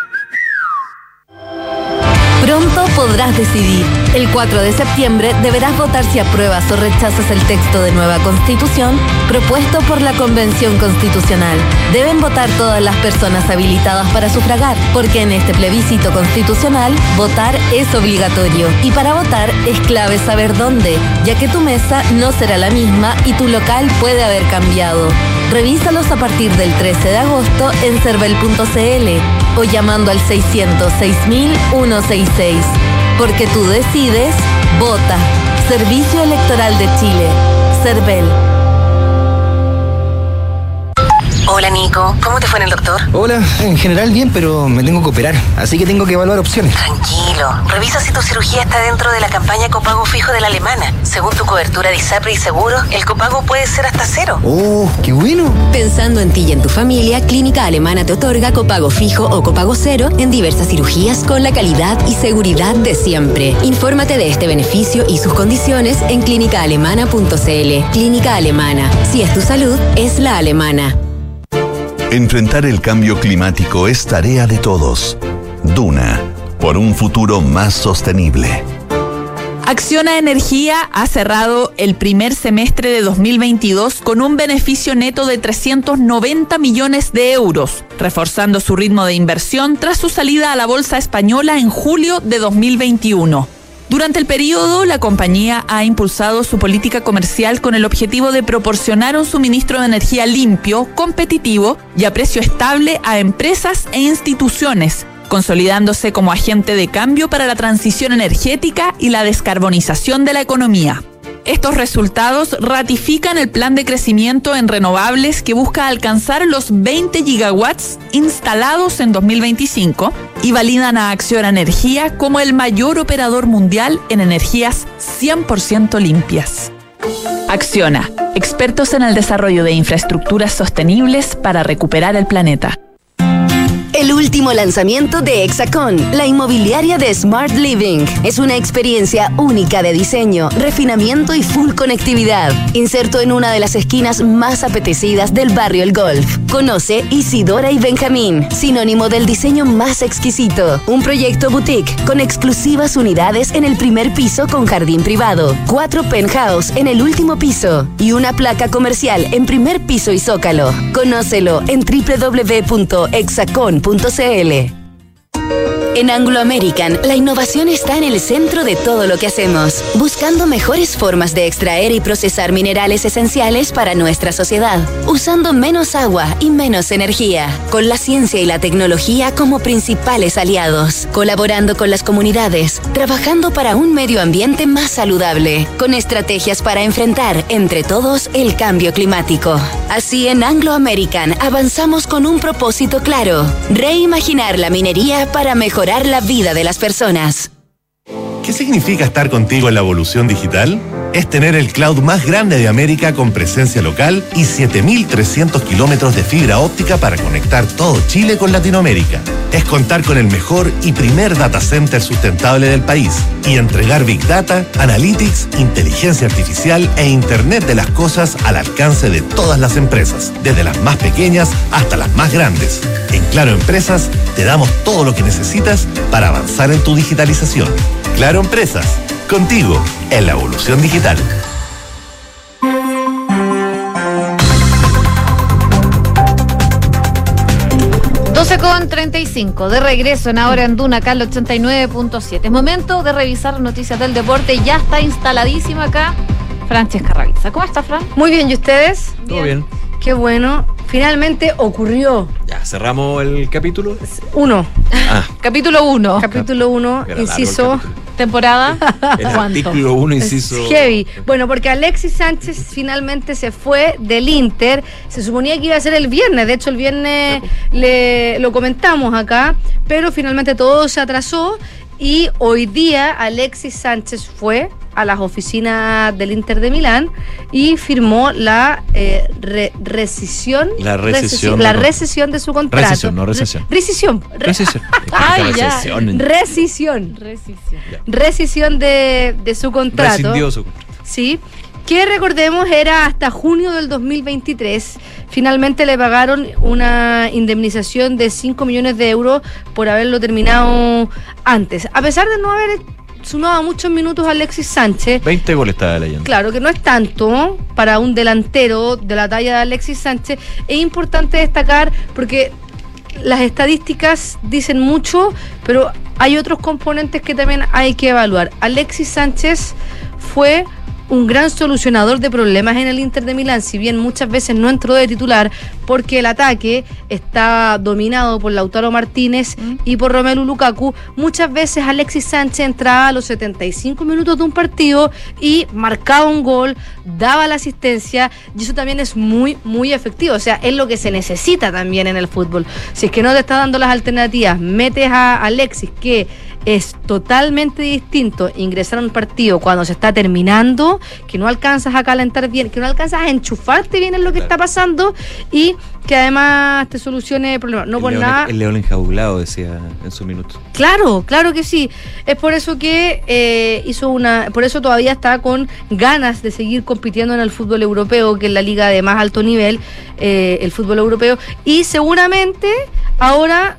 Pronto podrás decidir. El 4 de septiembre deberás votar si apruebas o rechazas el texto de nueva Constitución propuesto por la Convención Constitucional. Deben votar todas las personas habilitadas para sufragar, porque en este plebiscito constitucional, votar es obligatorio. Y para votar es clave saber dónde, ya que tu mesa no será la misma y tu local puede haber cambiado. Revísalos a partir del 13 de agosto en cervel.cl o llamando al 600-6000-166. Porque tú decides, vota. Servicio Electoral de Chile. Cervel. Hola, Nico. ¿Cómo te fue en el doctor? Hola, en general bien, pero me tengo que operar, así que tengo que evaluar opciones. Tranquilo. Revisa si tu cirugía está dentro de la campaña copago fijo de la alemana. Según tu cobertura de ISAPRE y seguro, el copago puede ser hasta 0. ¡Oh, qué bueno! Pensando en ti y en tu familia, Clínica Alemana te otorga copago fijo o copago 0 en diversas cirugías con la calidad y seguridad de siempre. Infórmate de este beneficio y sus condiciones en clínicaalemana.cl. Clínica Alemana. Si es tu salud, es la alemana. Enfrentar el cambio climático es tarea de todos. Duna, por un futuro más sostenible. Acciona Energía ha cerrado el primer semestre de 2022 con un beneficio neto de 390 millones de euros, reforzando su ritmo de inversión tras su salida a la bolsa española en julio de 2021. Durante el periodo, la compañía ha impulsado su política comercial con el objetivo de proporcionar un suministro de energía limpio, competitivo y a precio estable a empresas e instituciones, consolidándose como agente de cambio para la transición energética y la descarbonización de la economía. Estos resultados ratifican el plan de crecimiento en renovables que busca alcanzar los 20 gigawatts instalados en 2025 y validan a Acciona Energía como el mayor operador mundial en energías 100% limpias. Acciona, expertos en el desarrollo de infraestructuras sostenibles para recuperar el planeta. El Último lanzamiento de Hexacón, la inmobiliaria de Smart Living. Es una experiencia única de diseño, refinamiento y full conectividad. Inserto en una de las esquinas más apetecidas del barrio El Golf. Conoce Isidora y Benjamín, sinónimo del diseño más exquisito. Un proyecto boutique con exclusivas unidades en el primer piso con jardín privado, 4 penthouse en el último piso y una placa comercial en primer piso y zócalo. Conócelo en www.hexacon.cl. En Anglo American, la innovación está en el centro de todo lo que hacemos, buscando mejores formas de extraer y procesar minerales esenciales para nuestra sociedad, usando menos agua y menos energía, con la ciencia y la tecnología como principales aliados, colaborando con las comunidades, trabajando para un medio ambiente más saludable, con estrategias para enfrentar entre todos el cambio climático. Así, en Anglo American avanzamos con un propósito claro: reimaginar la minería para mejorar la vida de las personas. ¿Qué significa estar contigo en la evolución digital? Es tener el cloud más grande de América con presencia local y 7.300 kilómetros de fibra óptica para conectar todo Chile con Latinoamérica. Es contar con el mejor y primer data center sustentable del país y entregar Big Data, Analytics, inteligencia artificial e Internet de las cosas al alcance de todas las empresas, desde las más pequeñas hasta las más grandes. En Claro Empresas te damos todo lo que necesitas para avanzar en tu digitalización. Claro Empresas, contigo en la evolución digital. Con 35, de regreso en Ahora en Duna, acá el 89.7. Es momento de revisar noticias del deporte. Ya está instaladísima acá Francesca Ravizza. ¿Cómo está, Fran? Muy bien, ¿y ustedes? Todo bien. Qué bueno. Finalmente ocurrió. Ya, cerramos el capítulo. 1. Capítulo 1. Capítulo 1, inciso. ¿Temporada? El artículo 1, inciso. Heavy. Bueno, porque Alexis Sánchez finalmente se fue del Inter. Se suponía que iba a ser el viernes. De hecho, el viernes lo comentamos acá. Pero finalmente todo se atrasó. Y hoy día Alexis Sánchez fue a las oficinas del Inter de Milán y firmó la recesión de su contrato. Rescisión, no recesión. Rescisión de su contrato. Rescindió su contrato. Sí, que recordemos era hasta junio del 2023. Finalmente le pagaron una indemnización de 5 millones de euros por haberlo terminado antes. A pesar de no haber sumaba muchos minutos Alexis Sánchez. 20 goles estaba leyendo. Claro que no es tanto para un delantero de la talla de Alexis Sánchez. Es importante destacar porque las estadísticas dicen mucho, pero hay otros componentes que también hay que evaluar. Alexis Sánchez fue un gran solucionador de problemas en el Inter de Milán, si bien muchas veces no entró de titular porque el ataque está dominado por Lautaro Martínez y por Romelu Lukaku. Muchas veces Alexis Sánchez entraba a los 75 minutos de un partido y marcaba un gol, daba la asistencia, y eso también es muy, muy efectivo. O sea, es lo que se necesita también en el fútbol. Si es que no te está dando las alternativas, metes a Alexis, que es totalmente distinto ingresar a un partido cuando se está terminando, que no alcanzas a calentar bien, que no alcanzas a enchufarte bien en lo que está pasando y que además te solucione problemas. No por nada. El león enjaulado, decía en su minuto. Claro, claro que sí. Es por eso que por eso todavía está con ganas de seguir compitiendo en el fútbol europeo, que es la liga de más alto nivel, el fútbol europeo. Y seguramente ahora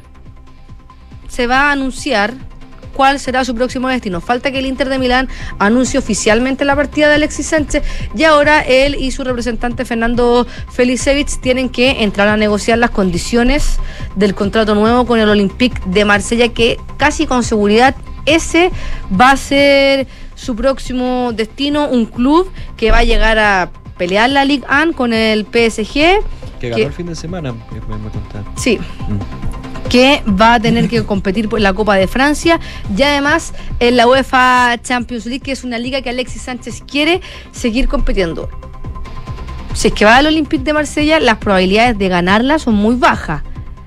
se va a anunciar cuál será su próximo destino. Falta que el Inter de Milán anuncie oficialmente la partida de Alexis Sánchez y ahora él y su representante Fernando Felicevich tienen que entrar a negociar las condiciones del contrato nuevo con el Olympique de Marsella, que casi con seguridad ese va a ser su próximo destino, un club que va a llegar a pelear la Ligue 1 con el PSG. Que ganó el fin de semana, me contaron. Sí. Que va a tener que competir por la Copa de Francia y además en la UEFA Champions League, que es una liga que Alexis Sánchez quiere seguir compitiendo. Si es que va al Olympique de Marsella, las probabilidades de ganarla son muy bajas.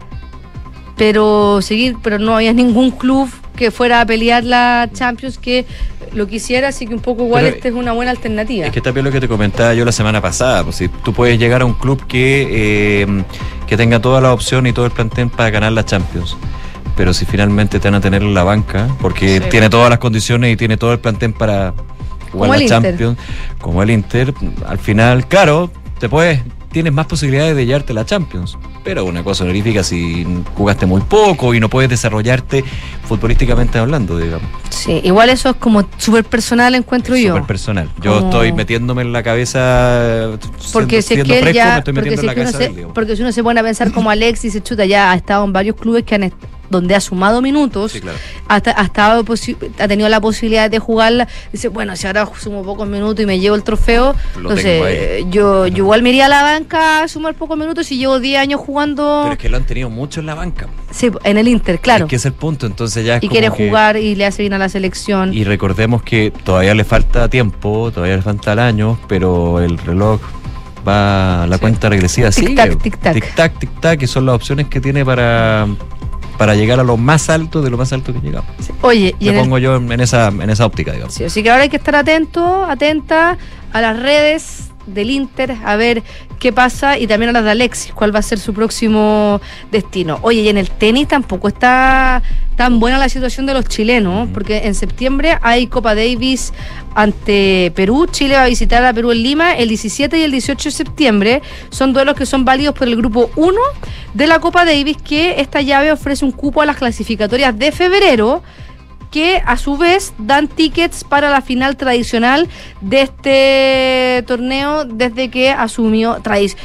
Pero no había ningún club que fuera a pelear la Champions que lo quisiera, así que un poco igual esta es una buena alternativa. Es que también lo que te comentaba yo la semana pasada, pues si tú puedes llegar a un club que tenga toda la opción y todo el plantel para ganar la Champions, pero si finalmente te van a tener en la banca, porque tiene todas las condiciones y tiene todo el plantel para jugar la Champions, como el Inter, al final, claro, tienes más posibilidades de llevarte la Champions, pero una cosa honorífica si jugaste muy poco y no puedes desarrollarte futbolísticamente hablando, digamos. Sí, igual eso es como súper personal, encuentro yo. Súper personal. Yo estoy metiéndome en la cabeza, porque si es que él ya, porque si uno se pone a pensar como Alexis, se chuta, ya ha estado en varios clubes donde ha sumado minutos, sí, claro. ha tenido la posibilidad de jugarla. Dice, bueno, si ahora sumo pocos minutos y me llevo el trofeo, entonces yo igual me iría a la banca a sumar pocos minutos y llevo 10 años jugando. Pero es que lo han tenido mucho en la banca. Sí, en el Inter, claro. Es que es el punto, entonces ya es y como quiere jugar y le hace bien a la selección. Y recordemos que todavía le falta tiempo, todavía le falta el año, pero el reloj va a la cuenta regresiva. Tic-tac, tic-tac. Tic-tac, tic-tac, que son las opciones que tiene para llegar a lo más alto de lo más alto que llegamos. Sí. Oye, me pongo yo en esa óptica, digamos. Sí, así que ahora hay que estar atenta a las redes del Inter, a ver qué pasa, y también a las de Alexis, cuál va a ser su próximo destino. Oye, y en el tenis tampoco está tan buena la situación de los chilenos, porque en septiembre hay Copa Davis ante Perú. Chile va a visitar a Perú en Lima el 17 y el 18 de septiembre. Son duelos que son válidos por el grupo 1 de la Copa Davis, que esta llave ofrece un cupo a las clasificatorias de febrero, que a su vez dan tickets para la final tradicional de este torneo desde que asumió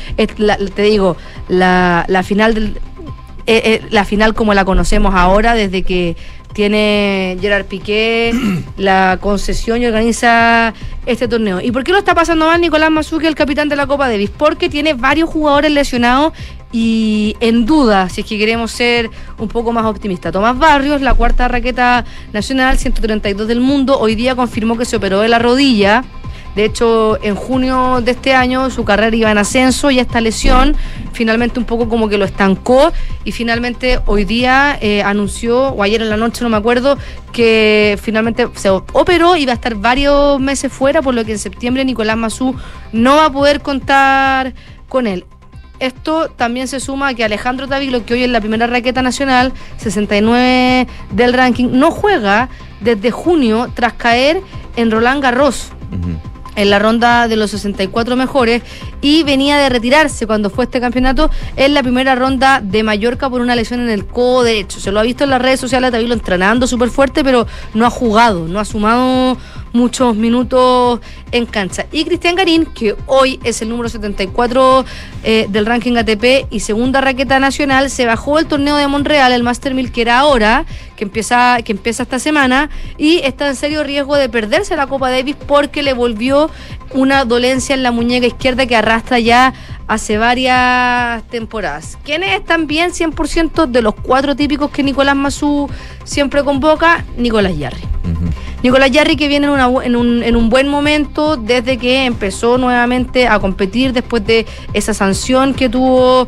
la final la final como la conocemos ahora, desde que tiene Gerard Piqué la concesión y organiza este torneo. ¿Y por qué lo está pasando mal Nicolás Mazzucchi, el capitán de la Copa Davis? Porque tiene varios jugadores lesionados y en duda, si es que queremos ser un poco más optimistas. Tomás Barrios, la cuarta raqueta nacional, 132 del mundo, hoy día confirmó que se operó de la rodilla. De hecho, en junio de este año su carrera iba en ascenso y esta lesión finalmente un poco como que lo estancó, y finalmente hoy día anunció, o ayer en la noche, no me acuerdo, que finalmente se operó y va a estar varios meses fuera, por lo que en septiembre Nicolás Massú no va a poder contar con él. Esto también se suma a que Alejandro Tavilo, que hoy es la primera raqueta nacional, 69 del ranking, no juega desde junio tras caer en Roland Garros. En la ronda de los 64 mejores, y venía de retirarse cuando fue este campeonato en la primera ronda de Mallorca por una lesión en el codo derecho. Se lo ha visto en las redes sociales a Tavilo entrenando súper fuerte, pero no ha jugado, no ha sumado muchos minutos en cancha. Y Cristian Garín, que hoy es el número 74 del ranking ATP y segunda raqueta nacional, se bajó del torneo de Montreal, el Master 1000, que era ahora, que empieza esta semana, y está en serio riesgo de perderse la Copa Davis porque le volvió una dolencia en la muñeca izquierda que arrastra ya hace varias temporadas. ¿Quiénes están bien 100% de los 4 típicos que Nicolás Massú siempre convoca? Nicolás Jarry. Nicolás Jarry, que viene en un buen momento desde que empezó nuevamente a competir después de esa sanción que tuvo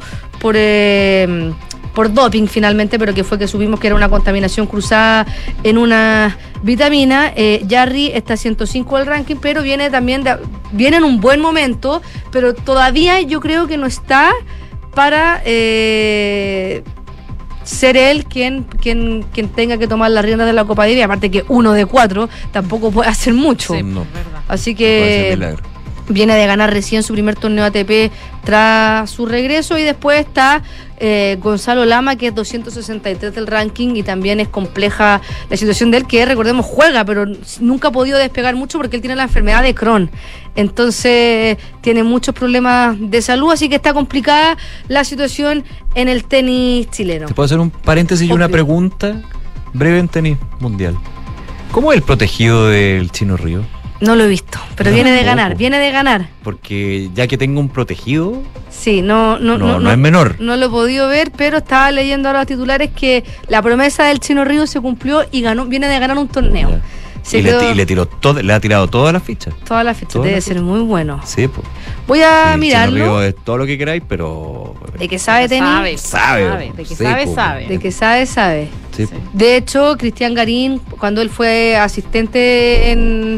por doping finalmente, pero que fue que supimos que era una contaminación cruzada en una vitamina. Jarry está 105 del ranking, pero viene en un buen momento, pero todavía yo creo que no está para ser él quien tenga que tomar las riendas de la Copa Davis, aparte que 1 de 4 tampoco puede hacer mucho. Sí, no. Así que viene de ganar recién su primer torneo ATP tras su regreso, y después está Gonzalo Lama, que es 263 del ranking, y también es compleja la situación de él, que recordemos juega, pero nunca ha podido despegar mucho porque él tiene la enfermedad de Crohn, entonces tiene muchos problemas de salud, así que está complicada la situación en el tenis chileno. ¿Te puedo hacer un paréntesis y una pregunta breve en tenis mundial? ¿Cómo es el protegido del Chino Río? No lo he visto, pero viene de ganar. Porque ya que tengo un protegido... Sí, no es menor. No lo he podido ver, pero estaba leyendo ahora los titulares que la promesa del Chino Río se cumplió y viene de ganar un torneo. Le ha tirado todas las fichas. Todas las fichas, debe ser muy bueno. Sí, pues. Voy a mirarlo. Chino Río es todo lo que queráis, pero... De que sabe tenis. Sabe. De que sabe. De que sabe. Sí. De hecho, Cristian Garín, cuando él fue asistente en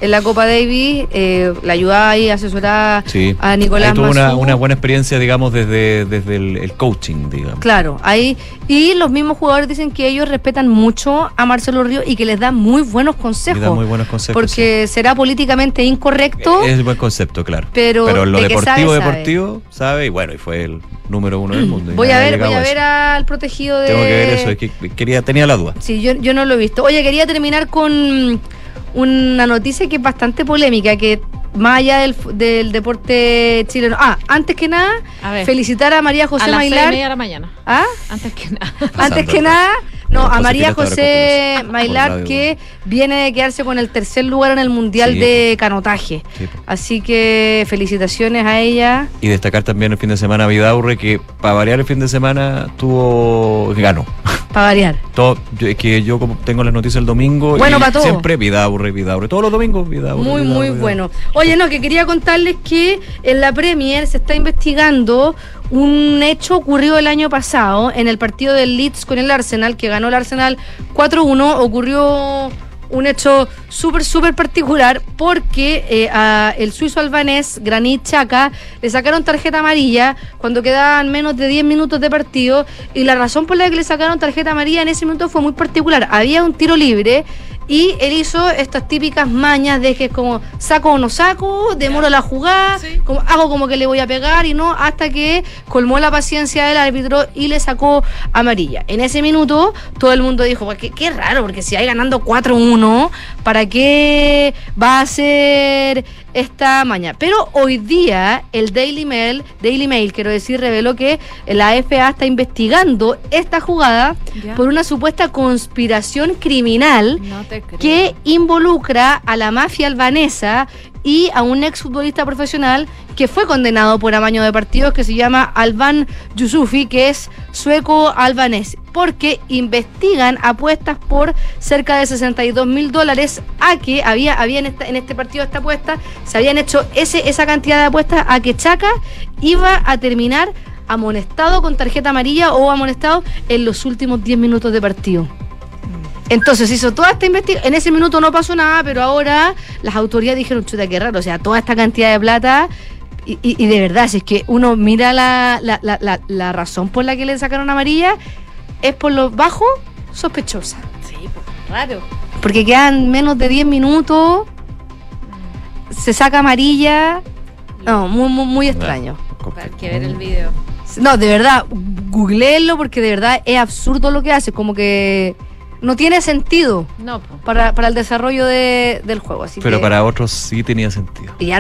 en la Copa Davis, la ayudaba ahí, asesoraba a Nicolás ahí tuvo Massú. una buena experiencia, digamos, desde el coaching, digamos. Claro, ahí, y los mismos jugadores dicen que ellos respetan mucho a Marcelo Ríos y que les da muy buenos consejos. Les da muy buenos consejos, porque será políticamente incorrecto. Es buen concepto, claro. Pero en lo de que deportivo, sabe, y bueno, y fue el número 1 del mundo. Voy a ver al protegido de... Tengo que ver eso, es que tenía la duda. Sí, yo no lo he visto. Oye, quería terminar con una noticia que es bastante polémica, que más allá del deporte chileno. Antes que nada, felicitar a María José Mailar. A las 6:30 de la mañana. Antes que nada, a María José Mailar, que viene de quedarse con el tercer lugar en el Mundial de Canotaje. Sí. Así que felicitaciones a ella. Y destacar también el fin de semana a Vidaurre, que para variar el fin de semana ganó. Para variar. Es que yo como tengo las noticias el domingo. Bueno, para todo. Siempre Vidaurre. Todos los domingos Vidaurre. Muy bueno. Oye, que quería contarles que en la Premier se está investigando un hecho ocurrido el año pasado en el partido del Leeds con el Arsenal, que ganó el Arsenal 4-1. Ocurrió un hecho súper particular porque el suizo albanés Granit Xhaka le sacaron tarjeta amarilla cuando quedaban menos de 10 minutos de partido, y la razón por la que le sacaron tarjeta amarilla en ese minuto fue muy particular. Había un tiro libre y él hizo estas típicas mañas de que es como saco o no saco, demoro la jugada, hago como que le voy a pegar y no, hasta que colmó la paciencia del árbitro y le sacó amarilla. En ese minuto todo el mundo dijo, qué raro, porque si hay ganando 4-1, ¿para qué va a hacer esta maña? Pero hoy día el Daily Mail, reveló que la FA está investigando esta jugada por una supuesta conspiración criminal que involucra a la mafia albanesa y a un exfutbolista profesional que fue condenado por amaño de partidos, que se llama Alban Yusufi, que es sueco-albanés, porque investigan apuestas por cerca de $62,000 a que había en este partido, esta apuesta, se habían hecho esa cantidad de apuestas a que Xhaka iba a terminar amonestado con tarjeta amarilla o amonestado en los últimos 10 minutos de partido. Entonces hizo toda esta investigación. En ese minuto no pasó nada, pero ahora las autoridades dijeron, chuta, qué raro, o sea, toda esta cantidad de plata. Y de verdad, si es que uno mira la razón por la que le sacaron amarilla, es por lo bajo sospechosa. Sí, raro. Porque quedan menos de 10 minutos, se saca amarilla. No, muy extraño. Hay que ver el video. No, de verdad, googleenlo, porque de verdad es absurdo lo que hace, como que no tiene sentido para el desarrollo del juego. Así pero que, para otros sí tenía sentido. Y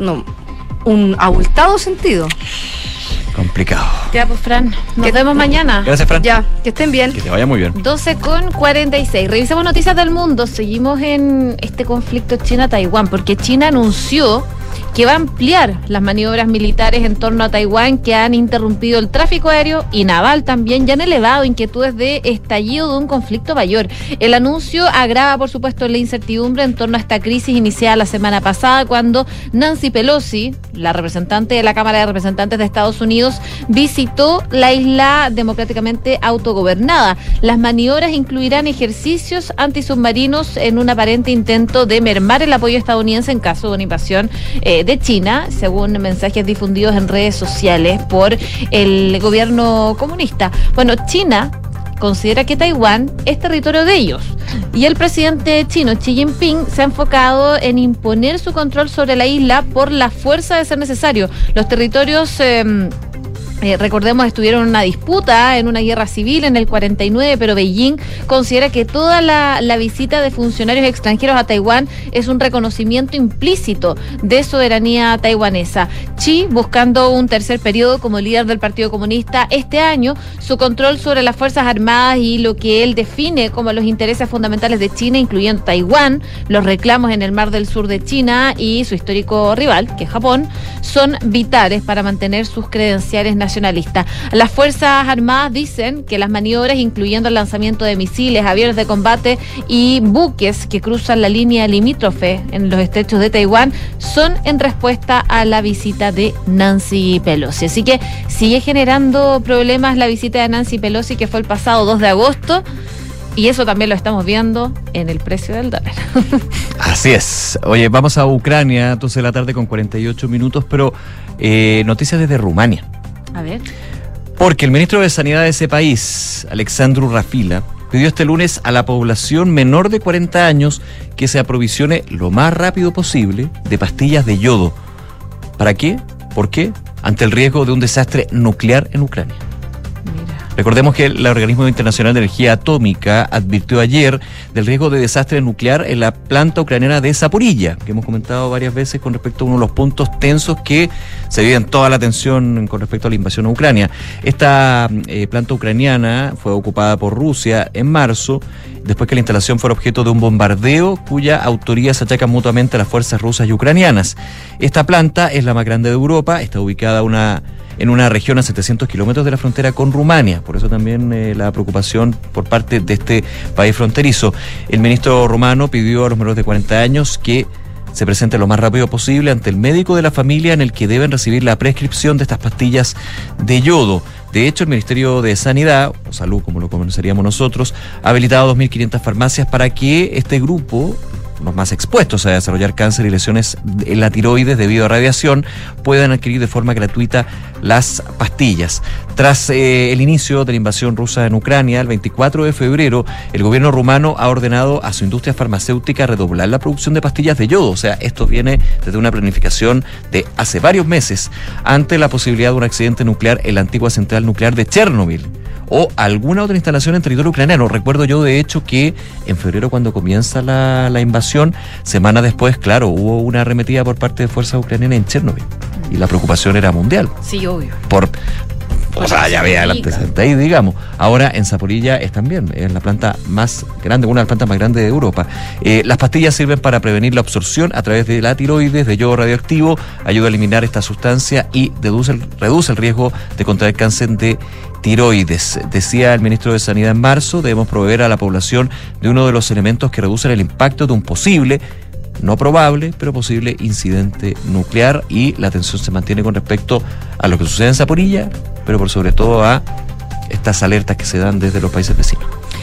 un abultado sentido. Complicado. Ya, pues, Fran, nos vemos mañana. Gracias, Fran. Ya, que estén bien. Que te vaya muy bien. 12:46. Revisamos noticias del mundo. Seguimos en este conflicto China-Taiwán, porque China anunció que va a ampliar las maniobras militares en torno a Taiwán, que han interrumpido el tráfico aéreo y naval también, y han elevado inquietudes de estallido de un conflicto mayor. El anuncio agrava, por supuesto, la incertidumbre en torno a esta crisis iniciada la semana pasada, cuando Nancy Pelosi, la representante de la Cámara de Representantes de Estados Unidos, visitó la isla democráticamente autogobernada. Las maniobras incluirán ejercicios antisubmarinos en un aparente intento de mermar el apoyo estadounidense en caso de una invasión de China, según mensajes difundidos en redes sociales por el gobierno comunista. Bueno, China considera que Taiwán es territorio de ellos, y el presidente chino Xi Jinping se ha enfocado en imponer su control sobre la isla por la fuerza de ser necesario. Los territorios recordemos, estuvieron en una disputa, en una guerra civil en el 49, pero Beijing considera que toda la visita de funcionarios extranjeros a Taiwán es un reconocimiento implícito de soberanía taiwanesa. Xi, buscando un tercer periodo como líder del Partido Comunista este año, su control sobre las Fuerzas Armadas y lo que él define como los intereses fundamentales de China, incluyendo Taiwán, los reclamos en el Mar del Sur de China y su histórico rival, que es Japón, son vitales para mantener sus credenciales nacionalistas. Las Fuerzas Armadas dicen que las maniobras, incluyendo el lanzamiento de misiles, aviones de combate y buques que cruzan la línea limítrofe en los estrechos de Taiwán, son en respuesta a la visita de Nancy Pelosi. Así que sigue generando problemas la visita de Nancy Pelosi, que fue el pasado 2 de agosto. Y eso también lo estamos viendo en el precio del dólar. Así es. Oye, vamos a Ucrania, 12 de la tarde con 48 minutos, pero noticias desde Rumania. A ver. Porque el ministro de Sanidad de ese país, Alexandru Rafila, pidió este lunes a la población menor de 40 años que se aprovisione lo más rápido posible de pastillas de yodo. ¿Para qué? ¿Por qué? Ante el riesgo de un desastre nuclear en Ucrania. Recordemos que el Organismo Internacional de Energía Atómica advirtió ayer del riesgo de desastre nuclear en la planta ucraniana de Zaporilla, que hemos comentado varias veces con respecto a uno de los puntos tensos que se vive en toda la tensión con respecto a la invasión a Ucrania. Esta planta ucraniana fue ocupada por Rusia en marzo, después que la instalación fuera objeto de un bombardeo cuya autoría se achaca mutuamente a las fuerzas rusas y ucranianas. Esta planta es la más grande de Europa, está ubicada en una región a 700 kilómetros de la frontera con Rumania. Por eso también la preocupación por parte de este país fronterizo. El ministro rumano pidió a los menores de 40 años que se presente lo más rápido posible ante el médico de la familia en el que deben recibir la prescripción de estas pastillas de yodo. De hecho, el Ministerio de Sanidad, o Salud como lo conoceríamos nosotros, ha habilitado 2.500 farmacias para que este grupo, los más expuestos a desarrollar cáncer y lesiones en la tiroides debido a radiación, puedan adquirir de forma gratuita las pastillas. Tras el inicio de la invasión rusa en Ucrania, el 24 de febrero, el gobierno rumano ha ordenado a su industria farmacéutica redoblar la producción de pastillas de yodo. O sea, esto viene desde una planificación de hace varios meses, ante la posibilidad de un accidente nuclear en la antigua central nuclear de Chernobyl o alguna otra instalación en territorio ucraniano. Recuerdo yo, de hecho, que en febrero, cuando comienza la invasión, semanas después, claro, hubo una arremetida por parte de fuerzas ucranianas en Chernobyl. Y la preocupación era mundial. Sí, obvio. O sea, ya ve adelante ahí, digamos. Ahora en Zaporilla es también, es la planta más grande, una de las plantas más grandes de Europa. Las pastillas sirven para prevenir la absorción a través de la tiroides de yodo radioactivo, ayuda a eliminar esta sustancia y reduce el riesgo de contraer cáncer de tiroides. Decía el ministro de Sanidad en marzo, debemos proveer a la población de uno de los elementos que reducen el impacto de un posible, no probable, pero posible incidente nuclear, y la atención se mantiene con respecto a lo que sucede en Zaporilla, pero por sobre todo a estas alertas que se dan desde los países vecinos.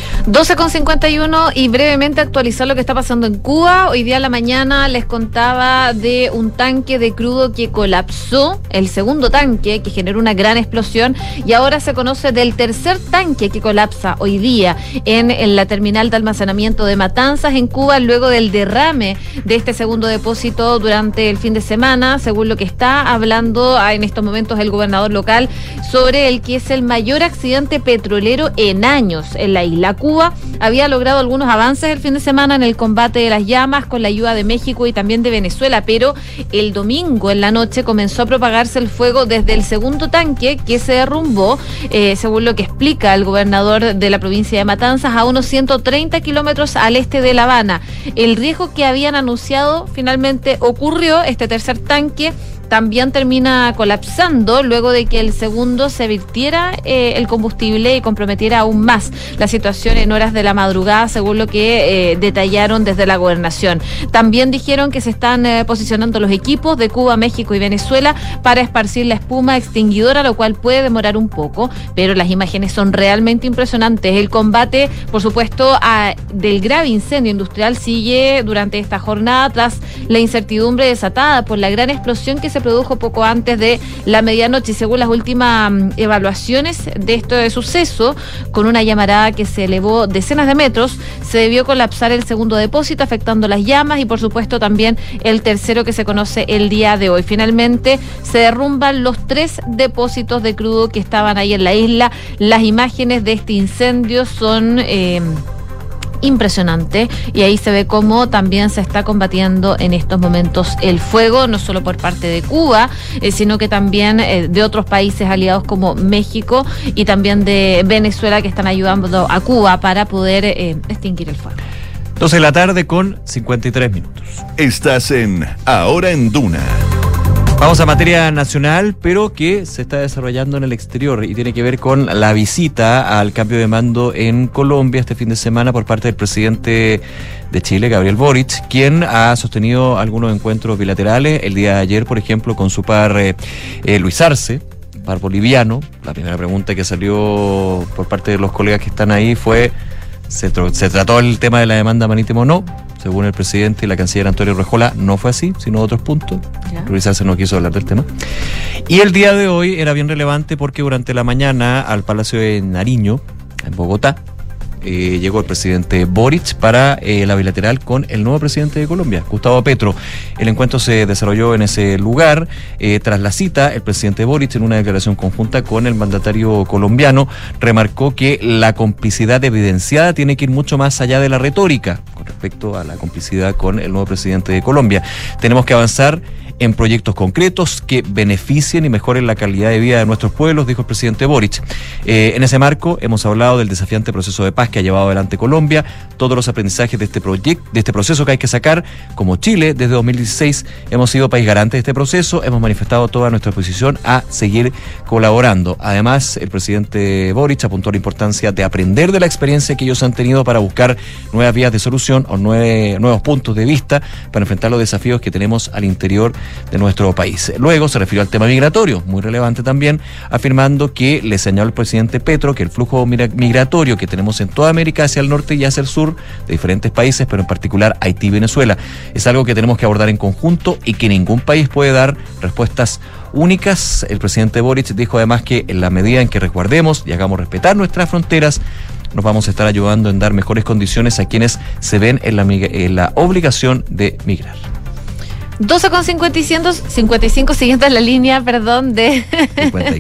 12:51 y brevemente actualizar lo que está pasando en Cuba. Hoy día a la mañana les contaba de un tanque de crudo que colapsó, el segundo tanque que generó una gran explosión, y ahora se conoce del tercer tanque que colapsa hoy día en la terminal de almacenamiento de Matanzas en Cuba, luego del derrame de este segundo depósito durante el fin de semana, según lo que está hablando en estos momentos el gobernador local sobre el que es el mayor accidente petrolero en años en la isla. Cuba había logrado algunos avances el fin de semana en el combate de las llamas con la ayuda de México y también de Venezuela, pero el domingo en la noche comenzó a propagarse el fuego desde el segundo tanque que se derrumbó, según lo que explica el gobernador de la provincia de Matanzas, a unos 130 kilómetros al este de La Habana. El riesgo que habían anunciado finalmente ocurrió. Este tercer tanque también termina colapsando luego de que el segundo se virtiera el combustible y comprometiera aún más la situación en horas de la madrugada, según lo que detallaron desde la gobernación. También dijeron que se están posicionando los equipos de Cuba, México y Venezuela para esparcir la espuma extinguidora, lo cual puede demorar un poco, pero las imágenes son realmente impresionantes. El combate, por supuesto, del grave incendio industrial sigue durante esta jornada tras la incertidumbre desatada por la gran explosión que se produjo poco antes de la medianoche, y según las últimas evaluaciones de este suceso, con una llamarada que se elevó decenas de metros, se debió colapsar el segundo depósito, afectando las llamas y por supuesto también el tercero que se conoce el día de hoy. Finalmente se derrumban los 3 depósitos de crudo que estaban ahí en la isla. Las imágenes de este incendio son impresionante, y ahí se ve cómo también se está combatiendo en estos momentos el fuego, no solo por parte de Cuba, sino que también de otros países aliados como México y también de Venezuela, que están ayudando a Cuba para poder extinguir el fuego. 12 de la tarde con 53 minutos. Estás en Ahora en Duna. Vamos a materia nacional, pero que se está desarrollando en el exterior y tiene que ver con la visita al cambio de mando en Colombia este fin de semana por parte del presidente de Chile, Gabriel Boric, quien ha sostenido algunos encuentros bilaterales. El día de ayer, por ejemplo, con su par Luis Arce, par boliviano. La primera pregunta que salió por parte de los colegas que están ahí fue: ¿Se trató el tema de la demanda marítima o no? Según el presidente y la canciller Antonio Rejola, no fue así, sino otros puntos. Priorizarse no quiso hablar del tema. Y el día de hoy era bien relevante porque durante la mañana al Palacio de Nariño, en Bogotá, llegó el presidente Boric para la bilateral con el nuevo presidente de Colombia, Gustavo Petro. El encuentro se desarrolló en ese lugar. Tras la cita, el presidente Boric, en una declaración conjunta con el mandatario colombiano, remarcó que la complicidad evidenciada tiene que ir mucho más allá de la retórica con respecto a la complicidad con el nuevo presidente de Colombia. Tenemos que avanzar en proyectos concretos que beneficien y mejoren la calidad de vida de nuestros pueblos, dijo el presidente Boric. En ese marco hemos hablado del desafiante proceso de paz que ha llevado adelante Colombia, todos los aprendizajes de este proceso que hay que sacar. Como Chile, desde 2016 hemos sido país garante de este proceso, hemos manifestado toda nuestra disposición a seguir colaborando. Además, el presidente Boric apuntó a la importancia de aprender de la experiencia que ellos han tenido para buscar nuevas vías de solución o nuevos puntos de vista para enfrentar los desafíos que tenemos al interior de nuestro país. Luego se refirió al tema migratorio, muy relevante también, afirmando que le señaló el presidente Petro que el flujo migratorio que tenemos en toda América hacia el norte y hacia el sur de diferentes países, pero en particular Haití y Venezuela, es algo que tenemos que abordar en conjunto y que ningún país puede dar respuestas únicas. El presidente Boric dijo además que en la medida en que resguardemos y hagamos respetar nuestras fronteras, nos vamos a estar ayudando en dar mejores condiciones a quienes se ven en la obligación de migrar. 12:55 siguiente la línea, perdón, de... 50.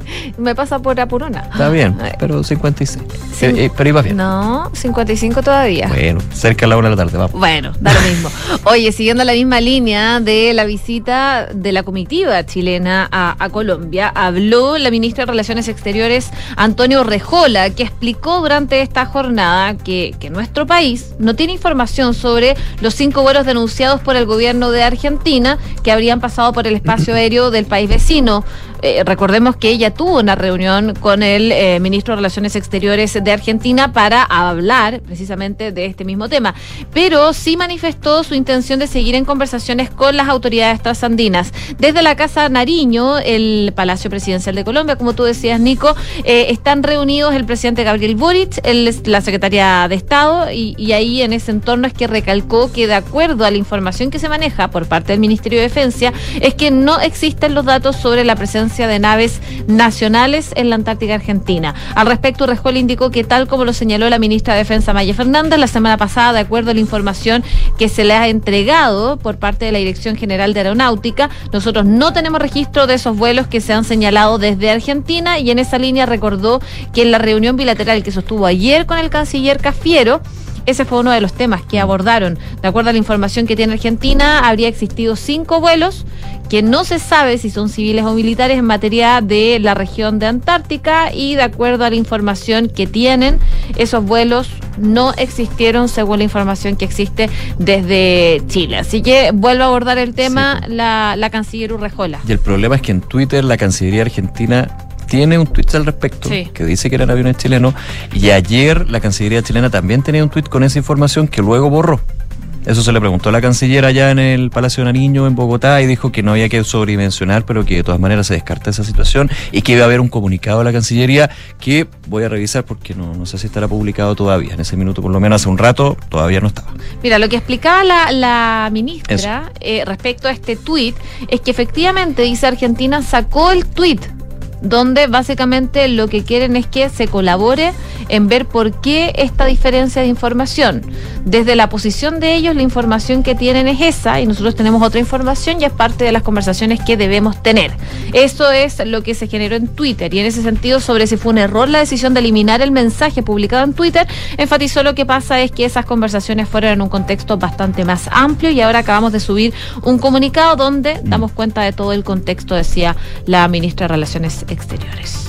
Me pasa por apurona. Está bien, pero 56. Pero iba bien. No, 55 todavía. Bueno, cerca a la 1 de la tarde, vamos. Bueno, da lo mismo. Oye, siguiendo la misma línea de la visita de la comitiva chilena a Colombia, habló la ministra de Relaciones Exteriores, Antonio Rejola, que explicó durante esta jornada que nuestro país no tiene información sobre los 5 vuelos denunciados por el gobierno de Argentina que habrían pasado por el espacio aéreo del país vecino. Recordemos que ella tuvo una reunión con el ministro de Relaciones Exteriores de Argentina para hablar precisamente de este mismo tema, pero sí manifestó su intención de seguir en conversaciones con las autoridades trasandinas. Desde la Casa Nariño, el Palacio Presidencial de Colombia, como tú decías, Nico, están reunidos el presidente Gabriel Boric, la secretaria de Estado, y ahí en ese entorno es que recalcó que de acuerdo a la información que se maneja por parte del Ministerio de Defensa, es que no existen los datos sobre la presencia de naves nacionales en la Antártica Argentina. Al respecto, Rejola indicó que tal como lo señaló la ministra de Defensa Maya Fernández la semana pasada, de acuerdo a la información que se le ha entregado por parte de la Dirección General de Aeronáutica, nosotros no tenemos registro de esos vuelos que se han señalado desde Argentina, y en esa línea recordó que en la reunión bilateral que sostuvo ayer con el canciller Cafiero, ese fue uno de los temas que abordaron. De acuerdo a la información que tiene Argentina, habría existido 5 vuelos que no se sabe si son civiles o militares en materia de la región de Antártica, y de acuerdo a la información que tienen, esos vuelos no existieron según la información que existe desde Chile. Así que vuelvo a abordar el tema, sí, la canciller Urrejola. Y el problema es que en Twitter la Cancillería Argentina tiene un tuit al respecto, sí, que dice que eran aviones chilenos, y ayer la Cancillería chilena también tenía un tuit con esa información que luego borró. Eso se le preguntó a la canciller allá en el Palacio de Nariño, en Bogotá, y dijo que no había que sobredimensionar, pero que de todas maneras se descarta esa situación y que iba a haber un comunicado de la Cancillería que voy a revisar porque no sé si estará publicado todavía. En ese minuto, por lo menos hace un rato, todavía no estaba. Mira, lo que explicaba la ministra respecto a este tuit es que efectivamente, dice, Argentina sacó el tuit donde básicamente lo que quieren es que se colabore en ver por qué esta diferencia de información. Desde la posición de ellos, la información que tienen es esa, y nosotros tenemos otra información, y es parte de las conversaciones que debemos tener. Eso es lo que se generó en Twitter, y en ese sentido, sobre si fue un error la decisión de eliminar el mensaje publicado en Twitter, enfatizó lo que pasa es que esas conversaciones fueron en un contexto bastante más amplio, y ahora acabamos de subir un comunicado donde damos cuenta de todo el contexto, decía la ministra de Relaciones Exteriores.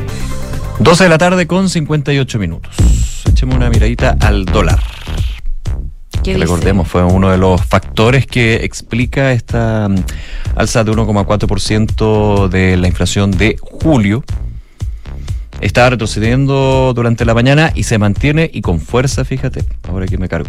12 de la tarde con 58 minutos. Echemos una miradita al dólar. Que recordemos, fue uno de los factores que explica esta alza de 1,4% de la inflación de julio. Estaba retrocediendo durante la mañana y se mantiene, y con fuerza, fíjate, ahora que me cargo.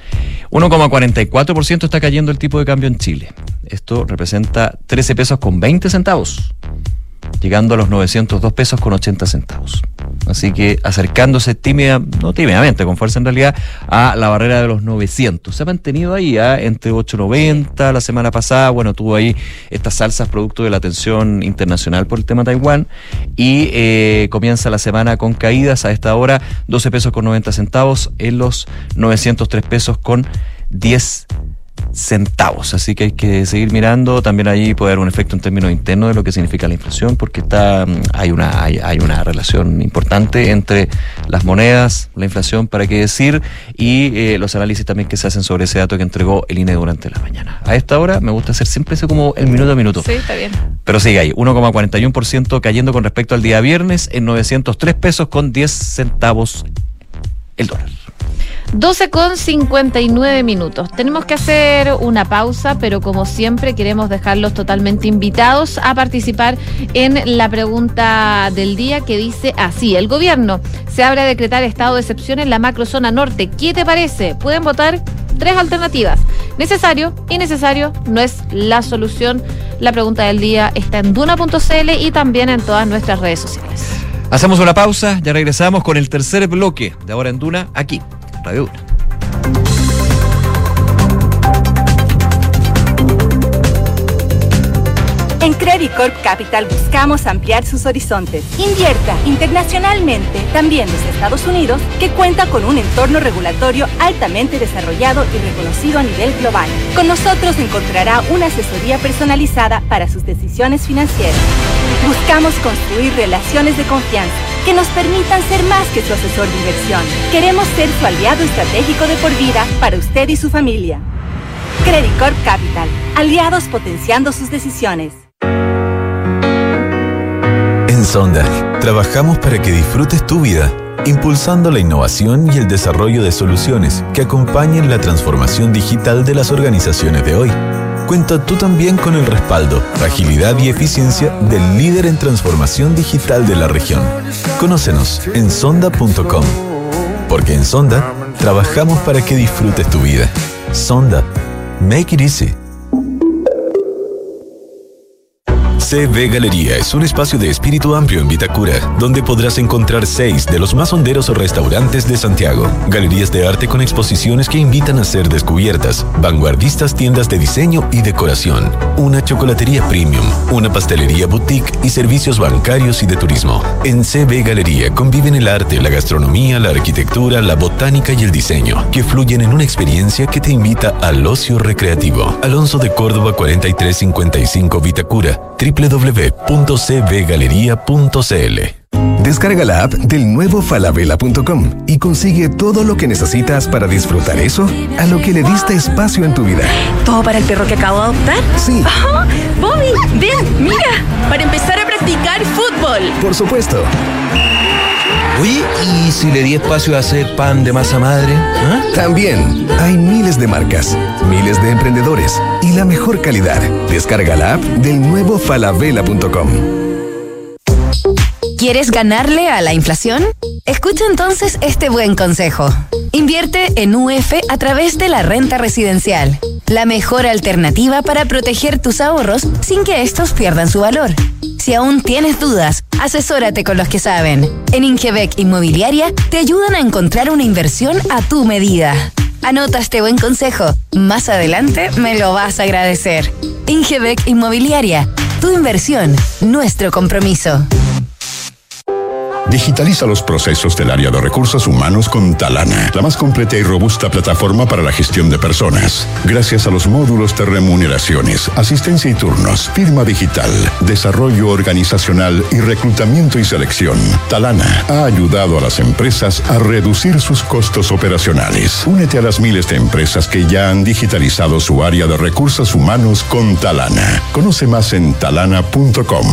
1,44% está cayendo el tipo de cambio en Chile. Esto representa 13 pesos con 20 centavos, llegando a los 902 pesos con 80 centavos. Así que acercándose tímidamente, con fuerza en realidad, a la barrera de los 900. Se ha mantenido ahí, entre 890 la semana pasada. Bueno, tuvo ahí estas alzas producto de la tensión internacional por el tema Taiwán. Y comienza la semana con caídas a esta hora, 12 pesos con 90 centavos en los 903 pesos con 10 centavos. Así que hay que seguir mirando. También ahí puede haber un efecto en términos internos de lo que significa la inflación, porque hay una relación importante entre las monedas, la inflación, para qué decir, y los análisis también que se hacen sobre ese dato que entregó el INE durante la mañana. A esta hora me gusta hacer siempre eso como el minuto a minuto. Sí, está bien. Pero sigue ahí, 1,41% cayendo con respecto al día viernes en 903 pesos con 10 centavos el dólar. 12:59. Tenemos que hacer una pausa, pero como siempre queremos dejarlos totalmente invitados a participar en la pregunta del día, que dice así: el gobierno se abre a decretar estado de excepción en la macrozona norte. ¿Qué te parece? Pueden votar 3 alternativas: necesario, innecesario, no es la solución. La pregunta del día está en duna.cl y también en todas nuestras redes sociales. Hacemos una pausa, ya regresamos con el tercer bloque de Ahora en Duna, aquí, Radio Duna. En Credit Corp Capital buscamos ampliar sus horizontes. Invierta internacionalmente, también desde Estados Unidos, que cuenta con un entorno regulatorio altamente desarrollado y reconocido a nivel global. Con nosotros encontrará una asesoría personalizada para sus decisiones financieras. Buscamos construir relaciones de confianza que nos permitan ser más que su asesor de inversión. Queremos ser su aliado estratégico de por vida para usted y su familia. Credit Corp Capital, aliados potenciando sus decisiones. En Sonda, trabajamos para que disfrutes tu vida, impulsando la innovación y el desarrollo de soluciones que acompañen la transformación digital de las organizaciones de hoy. Cuenta tú también con el respaldo, agilidad y eficiencia del líder en transformación digital de la región. Conócenos en sonda.com, porque en Sonda trabajamos para que disfrutes tu vida. Sonda, make it easy. CB Galería es un espacio de espíritu amplio en Vitacura, donde podrás encontrar 6 de los más honderos restaurantes de Santiago, galerías de arte con exposiciones que invitan a ser descubiertas, vanguardistas tiendas de diseño y decoración, una chocolatería premium, una pastelería boutique y servicios bancarios y de turismo. En CB Galería conviven el arte, la gastronomía, la arquitectura, la botánica y el diseño, que fluyen en una experiencia que te invita al ocio recreativo. Alonso de Córdoba 4355 Vitacura, www.cbgaleria.cl. Descarga la app del nuevo falabella.com y consigue todo lo que necesitas para disfrutar eso a lo que le diste espacio en tu vida. ¿Todo para el perro que acabo de adoptar? Sí. Oh, Bobby, ven, mira, para empezar a practicar fútbol. Por supuesto. Oye, ¿y si le di espacio a hacer pan de masa madre? ¿Ah? También hay miles de marcas, miles de emprendedores y la mejor calidad. Descarga la app del nuevo falabella.com. ¿Quieres ganarle a la inflación? Escucha entonces este buen consejo. Invierte en UF a través de la renta residencial, la mejor alternativa para proteger tus ahorros sin que estos pierdan su valor. Si aún tienes dudas, asesórate con los que saben. En Ingebec Inmobiliaria te ayudan a encontrar una inversión a tu medida. Anota este buen consejo. Más adelante me lo vas a agradecer. Ingebec Inmobiliaria, tu inversión, nuestro compromiso. Digitaliza los procesos del área de recursos humanos con Talana, la más completa y robusta plataforma para la gestión de personas. Gracias a los módulos de remuneraciones, asistencia y turnos, firma digital, desarrollo organizacional y reclutamiento y selección, Talana ha ayudado a las empresas a reducir sus costos operacionales. Únete a las miles de empresas que ya han digitalizado su área de recursos humanos con Talana. Conoce más en talana.com.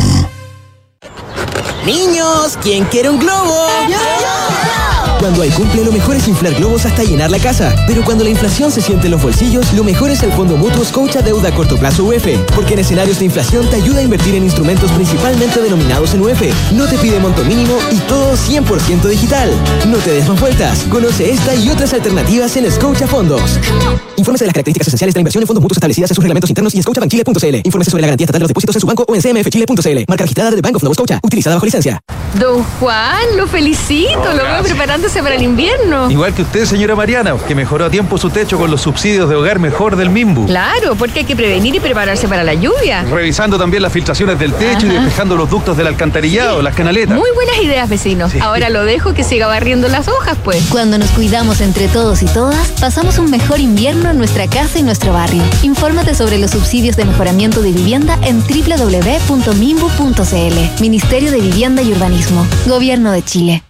Niños, ¿quién quiere un globo? ¡Yo! Cuando hay cumple, lo mejor es inflar globos hasta llenar la casa. Pero cuando la inflación se siente en los bolsillos, lo mejor es el Fondo Mutuo Scotia Deuda a Corto Plazo UF. Porque en escenarios de inflación te ayuda a invertir en instrumentos principalmente denominados en UF. No te pide monto mínimo y todo 100% digital. No te des más vueltas. Conoce esta y otras alternativas en Scotia Fondos. Infórmese de las características esenciales de la inversión en fondos mutuos establecidas en sus reglamentos internos y en scotiabankchile.cl. Infórmese sobre la garantía estatal de los depósitos en su banco o en cmfchile.cl. Marca registrada de Bank of Nova Scotia. Utilizada bajo licencia. Don Juan, lo felicito. Lo veo preparándose para el invierno. Igual que usted, señora Mariana, que mejoró a tiempo su techo con los subsidios de Hogar Mejor del Mimbu. Claro, porque hay que prevenir y prepararse para la lluvia. Revisando también las filtraciones del techo y despejando los ductos del alcantarillado, las canaletas. Muy buenas ideas, vecino. Ahora lo dejo que siga barriendo las hojas, pues. Cuando nos cuidamos entre todos y todas, pasamos un mejor invierno en nuestra casa y nuestro barrio. Infórmate sobre los subsidios de mejoramiento de vivienda en www.mimbu.cl. Ministerio de Vivienda y Urbanismo. Gobierno de Chile.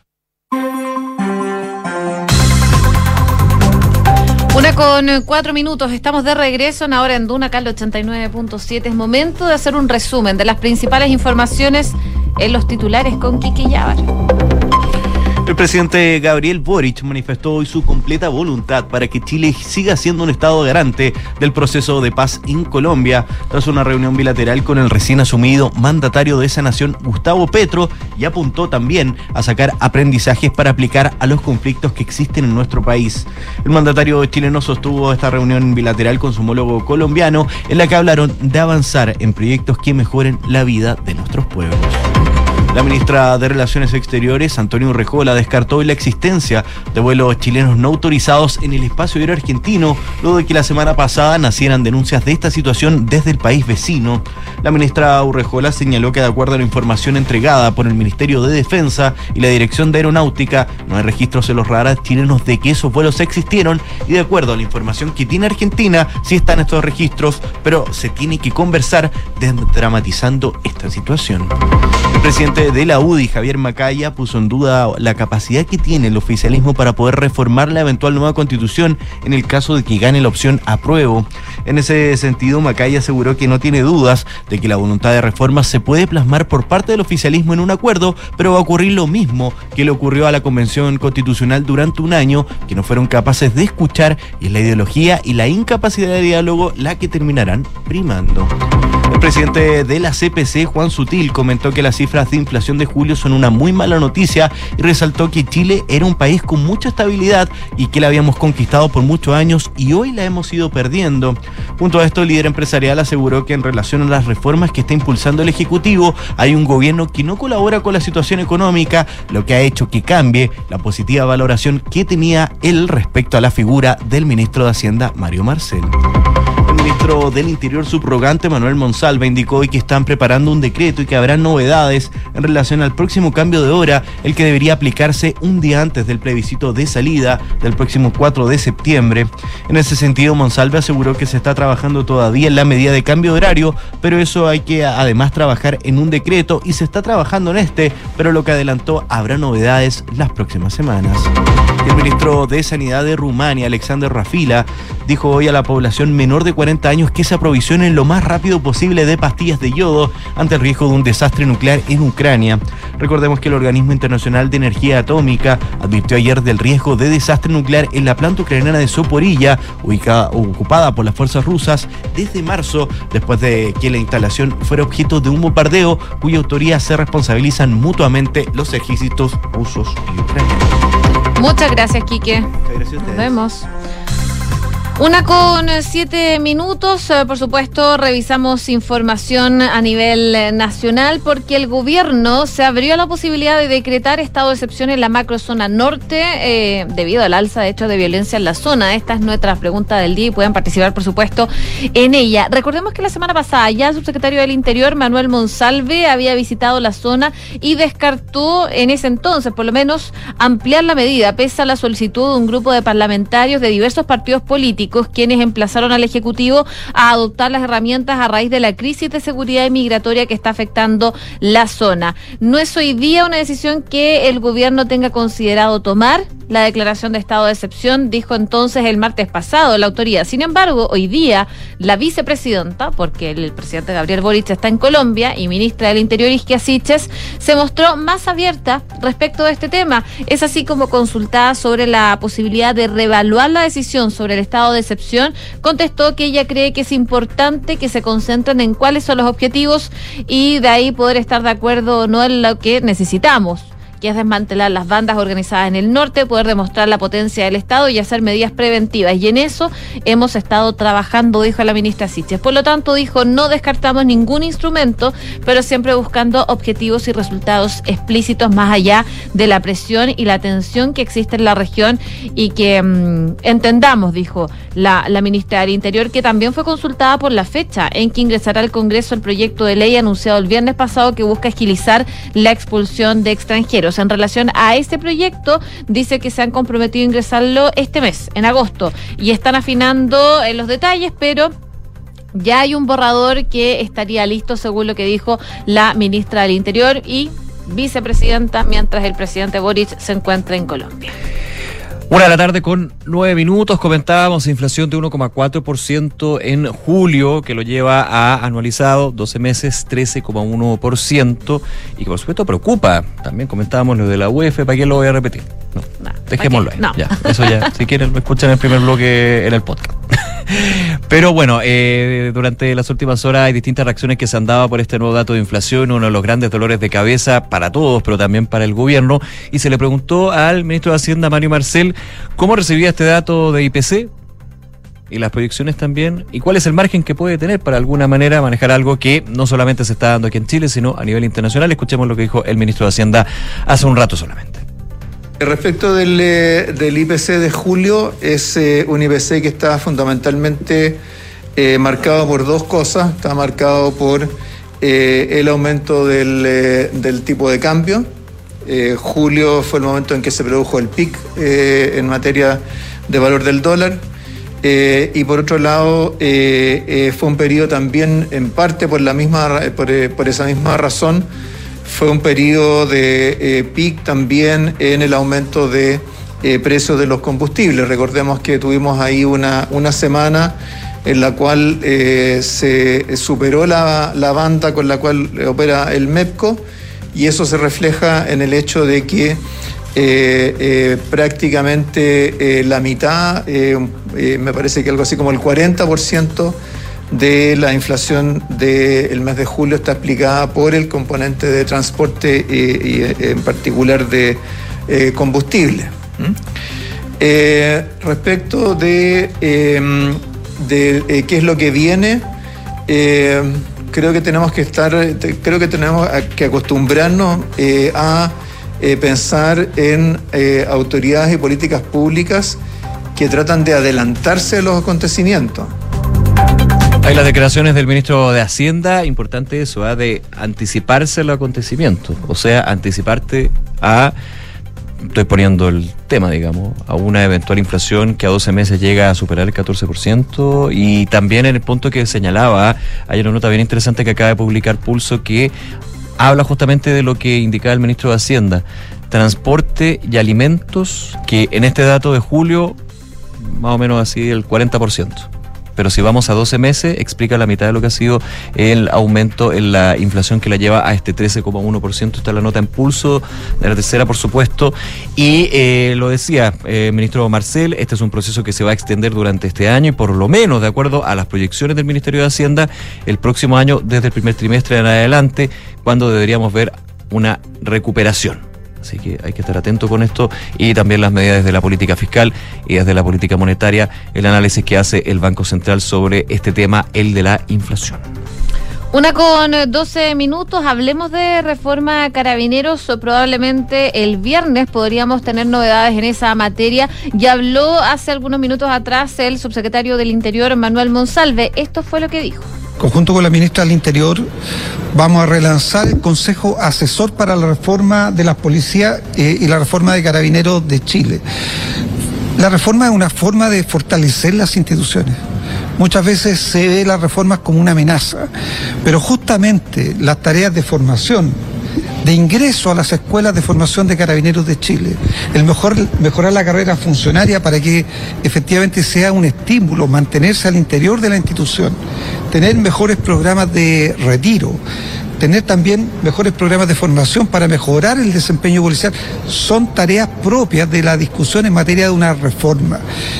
1:04. Estamos de regreso en Ahora en Duna, Cal 89.7. Es momento de hacer un resumen de las principales informaciones en los titulares con Quique Llávar. El presidente Gabriel Boric manifestó hoy su completa voluntad para que Chile siga siendo un estado garante del proceso de paz en Colombia, tras una reunión bilateral con el recién asumido mandatario de esa nación, Gustavo Petro, y apuntó también a sacar aprendizajes para aplicar a los conflictos que existen en nuestro país. El mandatario chileno sostuvo esta reunión bilateral con su homólogo colombiano, en la que hablaron de avanzar en proyectos que mejoren la vida de nuestros pueblos. La ministra de Relaciones Exteriores, Antonio Urrejola, descartó hoy la existencia de vuelos chilenos no autorizados en el espacio aéreo argentino, luego de que la semana pasada nacieran denuncias de esta situación desde el país vecino. La ministra Urrejola señaló que, de acuerdo a la información entregada por el Ministerio de Defensa y la Dirección de Aeronáutica, no hay registros en los radares chilenos de que esos vuelos existieron, y de acuerdo a la información que tiene Argentina, sí están estos registros, pero se tiene que conversar desdramatizando esta situación. El presidente de la UDI, Javier Macaya, puso en duda la capacidad que tiene el oficialismo para poder reformar la eventual nueva constitución en el caso de que gane la opción apruebo. En ese sentido, Macaya aseguró que no tiene dudas de que la voluntad de reforma se puede plasmar por parte del oficialismo en un acuerdo, pero va a ocurrir lo mismo que le ocurrió a la Convención Constitucional durante un año, que no fueron capaces de escuchar, y es la ideología y la incapacidad de diálogo la que terminarán primando. El presidente de la CPC, Juan Sutil, comentó que las cifras de inflación de julio son una muy mala noticia y resaltó que Chile era un país con mucha estabilidad y que la habíamos conquistado por muchos años y hoy la hemos ido perdiendo. Junto a esto, el líder empresarial aseguró que en relación a las reformas que está impulsando el Ejecutivo, hay un gobierno que no colabora con la situación económica, lo que ha hecho que cambie la positiva valoración que tenía él respecto a la figura del ministro de Hacienda, Mario Marcel. El ministro del Interior subrogante, Manuel Monsalve, indicó hoy que están preparando un decreto y que habrá novedades en relación al próximo cambio de hora, el que debería aplicarse un día antes del plebiscito de salida del próximo 4 de septiembre. En ese sentido, Monsalve aseguró que se está trabajando todavía en la medida de cambio de horario, pero eso hay que además trabajar en un decreto y se está trabajando en este, pero lo que adelantó, habrá novedades las próximas semanas. El ministro de Sanidad de Rumania, Alexander Rafila, dijo hoy a la población menor de 40 años que se aprovisionen lo más rápido posible de pastillas de yodo ante el riesgo de un desastre nuclear en Ucrania. Recordemos que el Organismo Internacional de Energía Atómica advirtió ayer del riesgo de desastre nuclear en la planta ucraniana de Zaporizhia, ocupada por las fuerzas rusas desde marzo, después de que la instalación fuera objeto de un bombardeo cuya autoría se responsabilizan mutuamente los ejércitos rusos y ucranianos. Muchas gracias, Quique. Muchas gracias a ustedes. Nos vemos. 1:07. Por supuesto, revisamos información a nivel nacional porque el gobierno se abrió a la posibilidad de decretar estado de excepción en la macrozona norte debido al alza de hechos de violencia en la zona. Esta es nuestra pregunta del día y pueden participar, por supuesto, en ella. Recordemos que la semana pasada ya el subsecretario del Interior, Manuel Monsalve, había visitado la zona y descartó en ese entonces, por lo menos, ampliar la medida, pese a la solicitud de un grupo de parlamentarios de diversos partidos políticos, quienes emplazaron al Ejecutivo a adoptar las herramientas a raíz de la crisis de seguridad migratoria que está afectando la zona. No es hoy día una decisión que el gobierno tenga considerado tomar. La declaración de estado de excepción, dijo entonces el martes pasado la autoridad. Sin embargo, hoy día la vicepresidenta, porque el presidente Gabriel Boric está en Colombia, y ministra del Interior, Isquia Siches, se mostró más abierta respecto de este tema. Es así como, consultada sobre la posibilidad de reevaluar la decisión sobre el estado de excepción, contestó que ella cree que es importante que se concentren en cuáles son los objetivos y de ahí poder estar de acuerdo o no en lo que necesitamos. que es desmantelar las bandas organizadas en el norte, poder demostrar la potencia del Estado y hacer medidas preventivas. Y en eso hemos estado trabajando, dijo la ministra Siches. Por lo tanto, dijo, no descartamos ningún instrumento, pero siempre buscando objetivos y resultados explícitos más allá de la presión y la tensión que existe en la región y que entendamos, dijo la ministra del Interior, que también fue consultada por la fecha en que ingresará al Congreso el proyecto de ley anunciado el viernes pasado que busca agilizar la expulsión de extranjeros. En relación a este proyecto, dice que se han comprometido a ingresarlo este mes, en agosto, y están afinando en los detalles, pero ya hay un borrador que estaría listo, según lo que dijo la ministra del Interior y vicepresidenta, mientras el presidente Boric se encuentra en Colombia. 1:09 p.m, comentábamos inflación de 1,4% en julio, que lo lleva a anualizado 12 meses 13,1%, y que por supuesto preocupa. También comentábamos lo de la UEF, ¿para qué lo voy a repetir? No, dejémoslo ahí. No. Ya, eso ya, si quieren lo escuchan en el primer bloque en el podcast. Pero bueno, durante las últimas horas hay distintas reacciones que se han dado por este nuevo dato de inflación, uno de los grandes dolores de cabeza para todos, pero también para el gobierno, y se le preguntó al ministro de Hacienda, Mario Marcel, cómo recibía este dato de IPC y las proyecciones también, y cuál es el margen que puede tener para alguna manera manejar algo que no solamente se está dando aquí en Chile, sino a nivel internacional. Escuchemos lo que dijo el ministro de Hacienda hace un rato solamente. Respecto del IPC de julio, es un IPC que está fundamentalmente marcado por dos cosas. Está marcado por el aumento del tipo de cambio. Julio fue el momento en que se produjo el pic en materia de valor del dólar. Y por otro lado, fue un periodo también, en parte por esa misma razón, fue un periodo de pic también en el aumento de precios de los combustibles. Recordemos que tuvimos ahí una semana en la cual se superó la banda con la cual opera el MEPCO, y eso se refleja en el hecho de que prácticamente la mitad, me parece que algo así como el 40% de la inflación del mes de julio está explicada por el componente de transporte y en particular de combustible. Respecto de qué es lo que viene, creo que tenemos que acostumbrarnos a pensar en autoridades y políticas públicas que tratan de adelantarse a los acontecimientos. Hay las declaraciones del ministro de Hacienda, importante eso, de anticiparse al acontecimiento, o sea, anticiparte a, estoy poniendo el tema, digamos, a una eventual inflación que a 12 meses llega a superar el 14%, y también en el punto que señalaba, hay una nota bien interesante que acaba de publicar Pulso que habla justamente de lo que indicaba el ministro de Hacienda, transporte y alimentos, que en este dato de julio, más o menos así, el 40%. Pero si vamos a 12 meses, explica la mitad de lo que ha sido el aumento en la inflación que la lleva a este 13,1%. Está la nota en Pulso, de la Tercera, por supuesto. Y lo decía el ministro Marcel, este es un proceso que se va a extender durante este año y por lo menos, de acuerdo a las proyecciones del Ministerio de Hacienda, el próximo año, desde el primer trimestre en adelante, cuando deberíamos ver una recuperación. Así que hay que estar atento con esto, y también las medidas desde la política fiscal y desde la política monetaria, el análisis que hace el Banco Central sobre este tema, el de la inflación. 1:12 p.m, hablemos de reforma a Carabineros. Probablemente el viernes podríamos tener novedades en esa materia. Ya habló hace algunos minutos atrás el subsecretario del Interior, Manuel Monsalve. Esto fue lo que dijo. Conjunto con la ministra del Interior, vamos a relanzar el Consejo Asesor para la reforma de las policías y la reforma de Carabineros de Chile. La reforma es una forma de fortalecer las instituciones. Muchas veces se ve las reformas como una amenaza, pero justamente las tareas de formación, de ingreso a las escuelas de formación de Carabineros de Chile, mejorar la carrera funcionaria para que efectivamente sea un estímulo mantenerse al interior de la institución, tener mejores programas de retiro, tener también mejores programas de formación para mejorar el desempeño policial, son tareas propias de la discusión en materia de una reforma.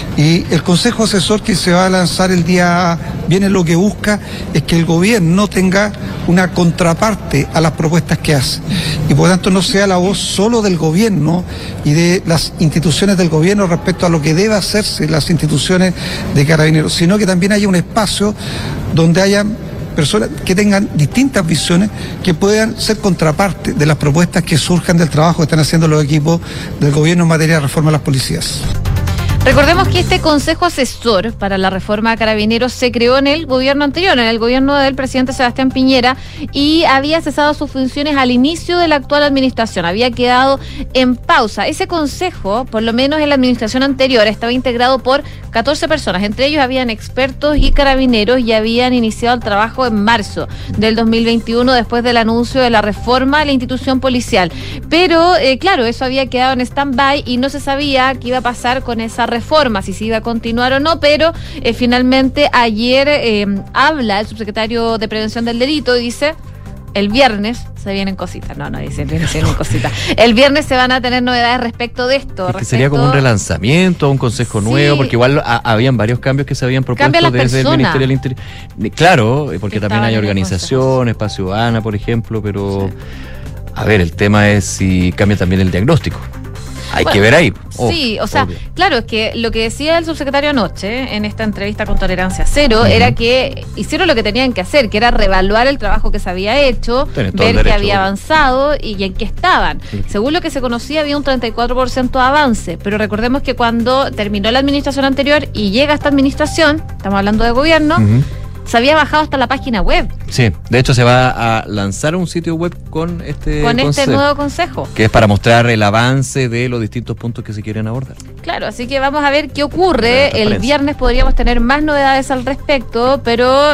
Y el Consejo Asesor que se va a lanzar el día viernes lo que busca es que el gobierno tenga una contraparte a las propuestas que hace. Y por tanto no sea la voz solo del gobierno y de las instituciones del gobierno respecto a lo que debe hacerse en las instituciones de Carabineros, sino que también haya un espacio donde haya personas que tengan distintas visiones, que puedan ser contraparte de las propuestas que surjan del trabajo que están haciendo los equipos del gobierno en materia de reforma a las policías. Recordemos que este Consejo Asesor para la Reforma a Carabineros se creó en el gobierno anterior, en el gobierno del presidente Sebastián Piñera, y había cesado sus funciones al inicio de la actual administración, había quedado en pausa. Ese consejo, por lo menos en la administración anterior, estaba integrado por 14 personas, entre ellos habían expertos y carabineros, y habían iniciado el trabajo en marzo del 2021 después del anuncio de la reforma a la institución policial. Pero, claro, eso había quedado en stand-by y no se sabía qué iba a pasar con esa reforma, si se iba a continuar o no, pero finalmente ayer habla el subsecretario de Prevención del Delito y dice: el viernes se vienen cositas. No dice el viernes se vienen cositas. El viernes se van a tener novedades respecto de esto. Es que sería como un relanzamiento, un consejo nuevo, porque igual habían varios cambios que se habían propuesto desde el Ministerio del Interior. Claro, porque también hay organización, Espacio ANA, por ejemplo, pero sí. A ver, el tema es si cambia también el diagnóstico. Hay que ver ahí. Sí, o sea, claro, es que lo que decía el subsecretario anoche en esta entrevista con Tolerancia Cero era que hicieron lo que tenían que hacer, que era reevaluar el trabajo que se había hecho, ver que había avanzado y en qué estaban. Según lo que se conocía, había un 34% de avance, pero recordemos que cuando terminó la administración anterior y llega esta administración, estamos hablando de gobierno, se había bajado hasta la página web. Sí, de hecho se va a lanzar un sitio web con este nuevo consejo, que es para mostrar el avance de los distintos puntos que se quieren abordar. Claro, así que vamos a ver qué ocurre. El viernes podríamos tener más novedades al respecto, pero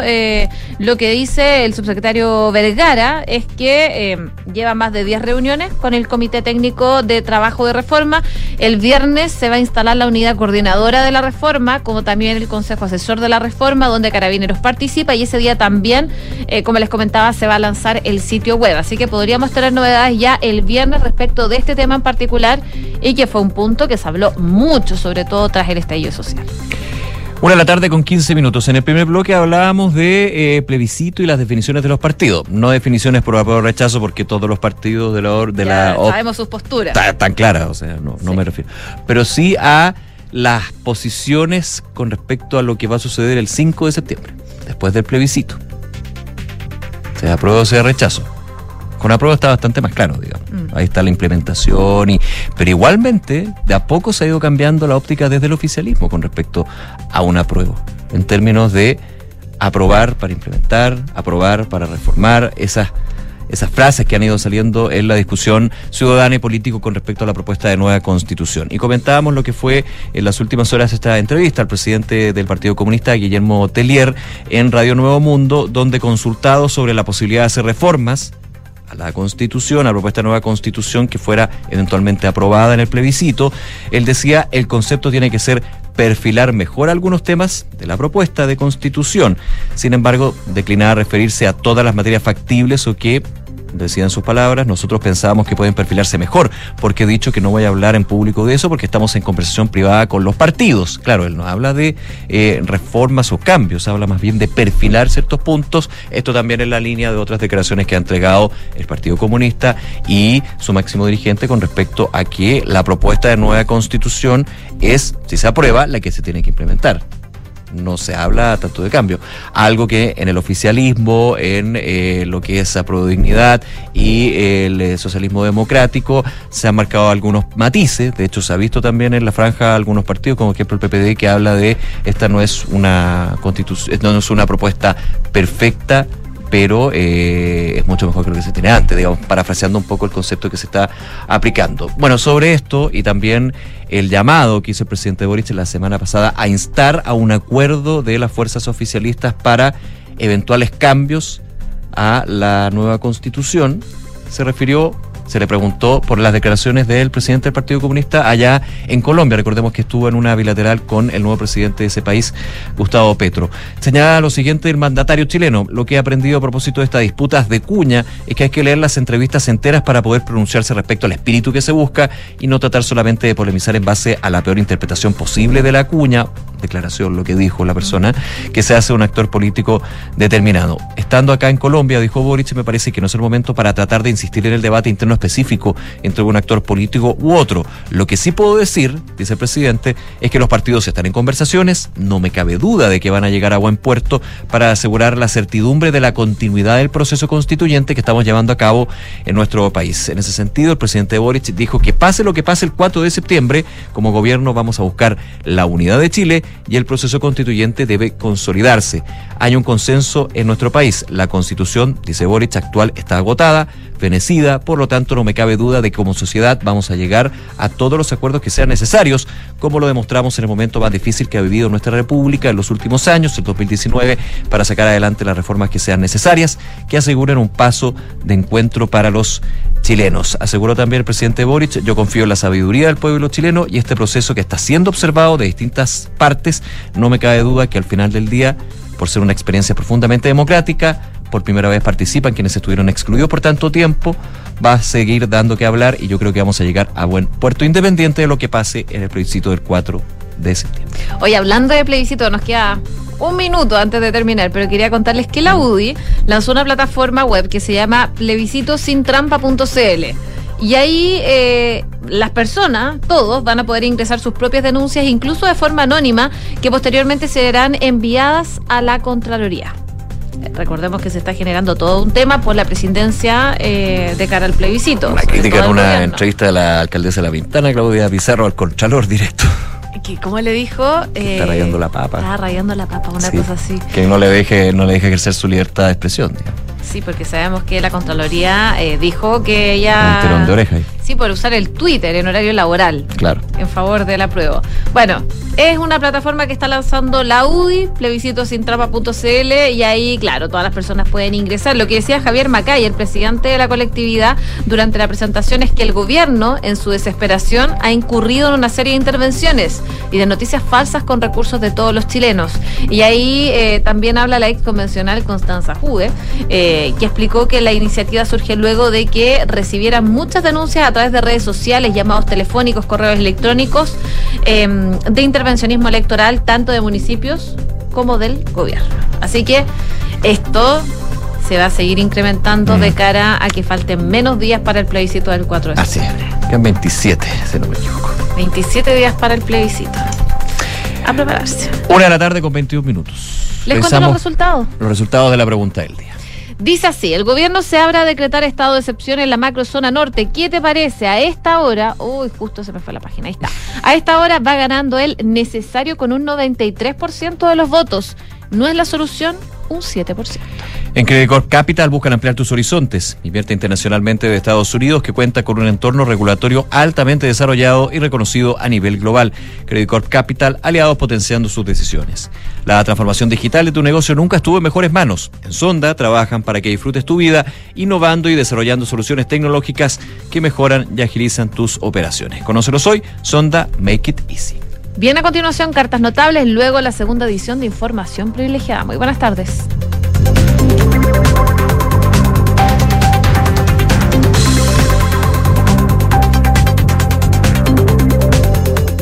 lo que dice el subsecretario Vergara es que lleva más de 10 reuniones con el Comité Técnico de Trabajo de Reforma. El viernes se va a instalar la unidad coordinadora de la reforma, como también el Consejo Asesor de la Reforma, donde Carabineros participa, y ese día también, como les comentaba, se va a lanzar el sitio web. Así que podríamos tener novedades ya el viernes respecto de este tema en particular, y que fue un punto que se habló mucho, sobre todo tras el estallido social. 1:15 En el primer bloque hablábamos de plebiscito y las definiciones de los partidos. No definiciones por apruebo o rechazo, porque todos los partidos sabemos sus posturas. Tan claras, o sea, no me refiero. Pero sí a las posiciones con respecto a lo que va a suceder el 5 de septiembre, después del plebiscito. Sea apruebo o sea rechazo. Con apruebo está bastante más claro, digamos. Ahí está la implementación, pero igualmente de a poco se ha ido cambiando la óptica desde el oficialismo con respecto a un apruebo, en términos de aprobar para implementar, aprobar para reformar, esas frases que han ido saliendo en la discusión ciudadana y político con respecto a la propuesta de nueva constitución. Y comentábamos lo que fue en las últimas horas esta entrevista al presidente del Partido Comunista, Guillermo Tellier, en Radio Nuevo Mundo, donde, consultado sobre la posibilidad de hacer reformas a la Constitución, a la propuesta de nueva Constitución que fuera eventualmente aprobada en el plebiscito, él decía: el concepto tiene que ser perfilar mejor algunos temas de la propuesta de Constitución. Sin embargo, declinaba referirse a todas las materias factibles o que, decían sus palabras, nosotros pensábamos que pueden perfilarse mejor, porque he dicho que no voy a hablar en público de eso porque estamos en conversación privada con los partidos. Claro, él no habla de reformas o cambios, habla más bien de perfilar ciertos puntos. Esto también es la línea de otras declaraciones que ha entregado el Partido Comunista y su máximo dirigente con respecto a que la propuesta de nueva Constitución es, si se aprueba, la que se tiene que implementar. No se habla tanto de cambio, algo que en el oficialismo, en lo que es Aprodignidad y el socialismo democrático se han marcado algunos matices. De hecho, se ha visto también en la franja algunos partidos, como por ejemplo el PPD, que habla de esta no es una constitución, no es una propuesta perfecta, pero es mucho mejor que lo que se tiene antes, digamos, parafraseando un poco el concepto que se está aplicando. Bueno, sobre esto y también el llamado que hizo el presidente Boric la semana pasada a instar a un acuerdo de las fuerzas oficialistas para eventuales cambios a la nueva Constitución, se refirió se le preguntó por las declaraciones del presidente del Partido Comunista allá en Colombia. Recordemos que estuvo en una bilateral con el nuevo presidente de ese país, Gustavo Petro. Señala lo siguiente el mandatario chileno: lo que he aprendido a propósito de estas disputas de cuña es que hay que leer las entrevistas enteras para poder pronunciarse respecto al espíritu que se busca y no tratar solamente de polemizar en base a la peor interpretación posible de la cuña, declaración, lo que dijo la persona, que se hace un actor político determinado. Estando acá en Colombia, dijo Boric, me parece que no es el momento para tratar de insistir en el debate interno específico entre un actor político u otro. Lo que sí puedo decir, dice el presidente, es que los partidos están en conversaciones, no me cabe duda de que van a llegar a buen puerto para asegurar la certidumbre de la continuidad del proceso constituyente que estamos llevando a cabo en nuestro país. En ese sentido, el presidente Boric dijo que pase lo que pase el 4 de septiembre, como gobierno vamos a buscar la unidad de Chile y el proceso constituyente debe consolidarse. Hay un consenso en nuestro país. La constitución, dice Boric, actual está agotada, fenecida, por lo tanto no me cabe duda de que como sociedad vamos a llegar a todos los acuerdos que sean necesarios, como lo demostramos en el momento más difícil que ha vivido nuestra república en los últimos años, el 2019, para sacar adelante las reformas que sean necesarias, que aseguren un paso de encuentro para los chilenos. Aseguró también el presidente Boric: yo confío en la sabiduría del pueblo chileno y este proceso que está siendo observado de distintas partes, no me cabe duda que al final del día, por ser una experiencia profundamente democrática, por primera vez participan quienes estuvieron excluidos por tanto tiempo, va a seguir dando que hablar y yo creo que vamos a llegar a buen puerto independiente de lo que pase en el plebiscito del 4 de septiembre. Oye, hablando de plebiscito, nos queda un minuto antes de terminar, pero quería contarles que la UDI lanzó una plataforma web que se llama plebiscitosintrampa.cl. Y ahí las personas, todos, van a poder ingresar sus propias denuncias, incluso de forma anónima, que posteriormente serán enviadas a la Contraloría. Recordemos que se está generando todo un tema por la presidencia de cara al plebiscito. Una crítica en una entrevista de la alcaldesa de La Pintana, Claudia Pizarro, al Contralor directo. ¿Cómo le dijo? Está rayando la papa. Está rayando la papa, una cosa así. Que no le deje ejercer su libertad de expresión, digamos. Sí, porque sabemos que la Contraloría dijo que ella... Un tirón de oreja ahí. Sí, por usar el Twitter en horario laboral. Claro. En favor del apruebo. Bueno, es una plataforma que está lanzando la UDI, plebiscitosintrampa.cl, y ahí, claro, todas las personas pueden ingresar. Lo que decía Javier Macay, el presidente de la colectividad, durante la presentación, es que el gobierno, en su desesperación, ha incurrido en una serie de intervenciones y de noticias falsas con recursos de todos los chilenos. Y ahí también habla la ex convencional Constanza Jude, que explicó que la iniciativa surge luego de que recibieran muchas denuncias a través de redes sociales, llamados telefónicos, correos electrónicos, de intervencionismo electoral, tanto de municipios como del gobierno. Así que esto se va a seguir incrementando de cara a que falten menos días para el plebiscito del 4 de septiembre. Así es, quedan 27, si no me equivoco. 27 días para el plebiscito. A prepararse. 1:00 con 21 minutos. Les cuento los resultados. Los resultados de la pregunta del día. Dice así: el gobierno se abre a decretar estado de excepción en la macrozona norte. ¿Qué te parece? A esta hora, uy, justo se me fue la página, ahí está. A esta hora va ganando el necesario con un 93% de los votos. ¿No es la solución? Un 7%. En Credit Corp Capital buscan ampliar tus horizontes. Invierte internacionalmente de Estados Unidos, que cuenta con un entorno regulatorio altamente desarrollado y reconocido a nivel global. Credit Corp Capital, aliados potenciando sus decisiones. La transformación digital de tu negocio nunca estuvo en mejores manos. En Sonda trabajan para que disfrutes tu vida, innovando y desarrollando soluciones tecnológicas que mejoran y agilizan tus operaciones. Conócelos hoy. Sonda, make it easy. Bien, a continuación, cartas notables, luego la segunda edición de Información Privilegiada. Muy buenas tardes.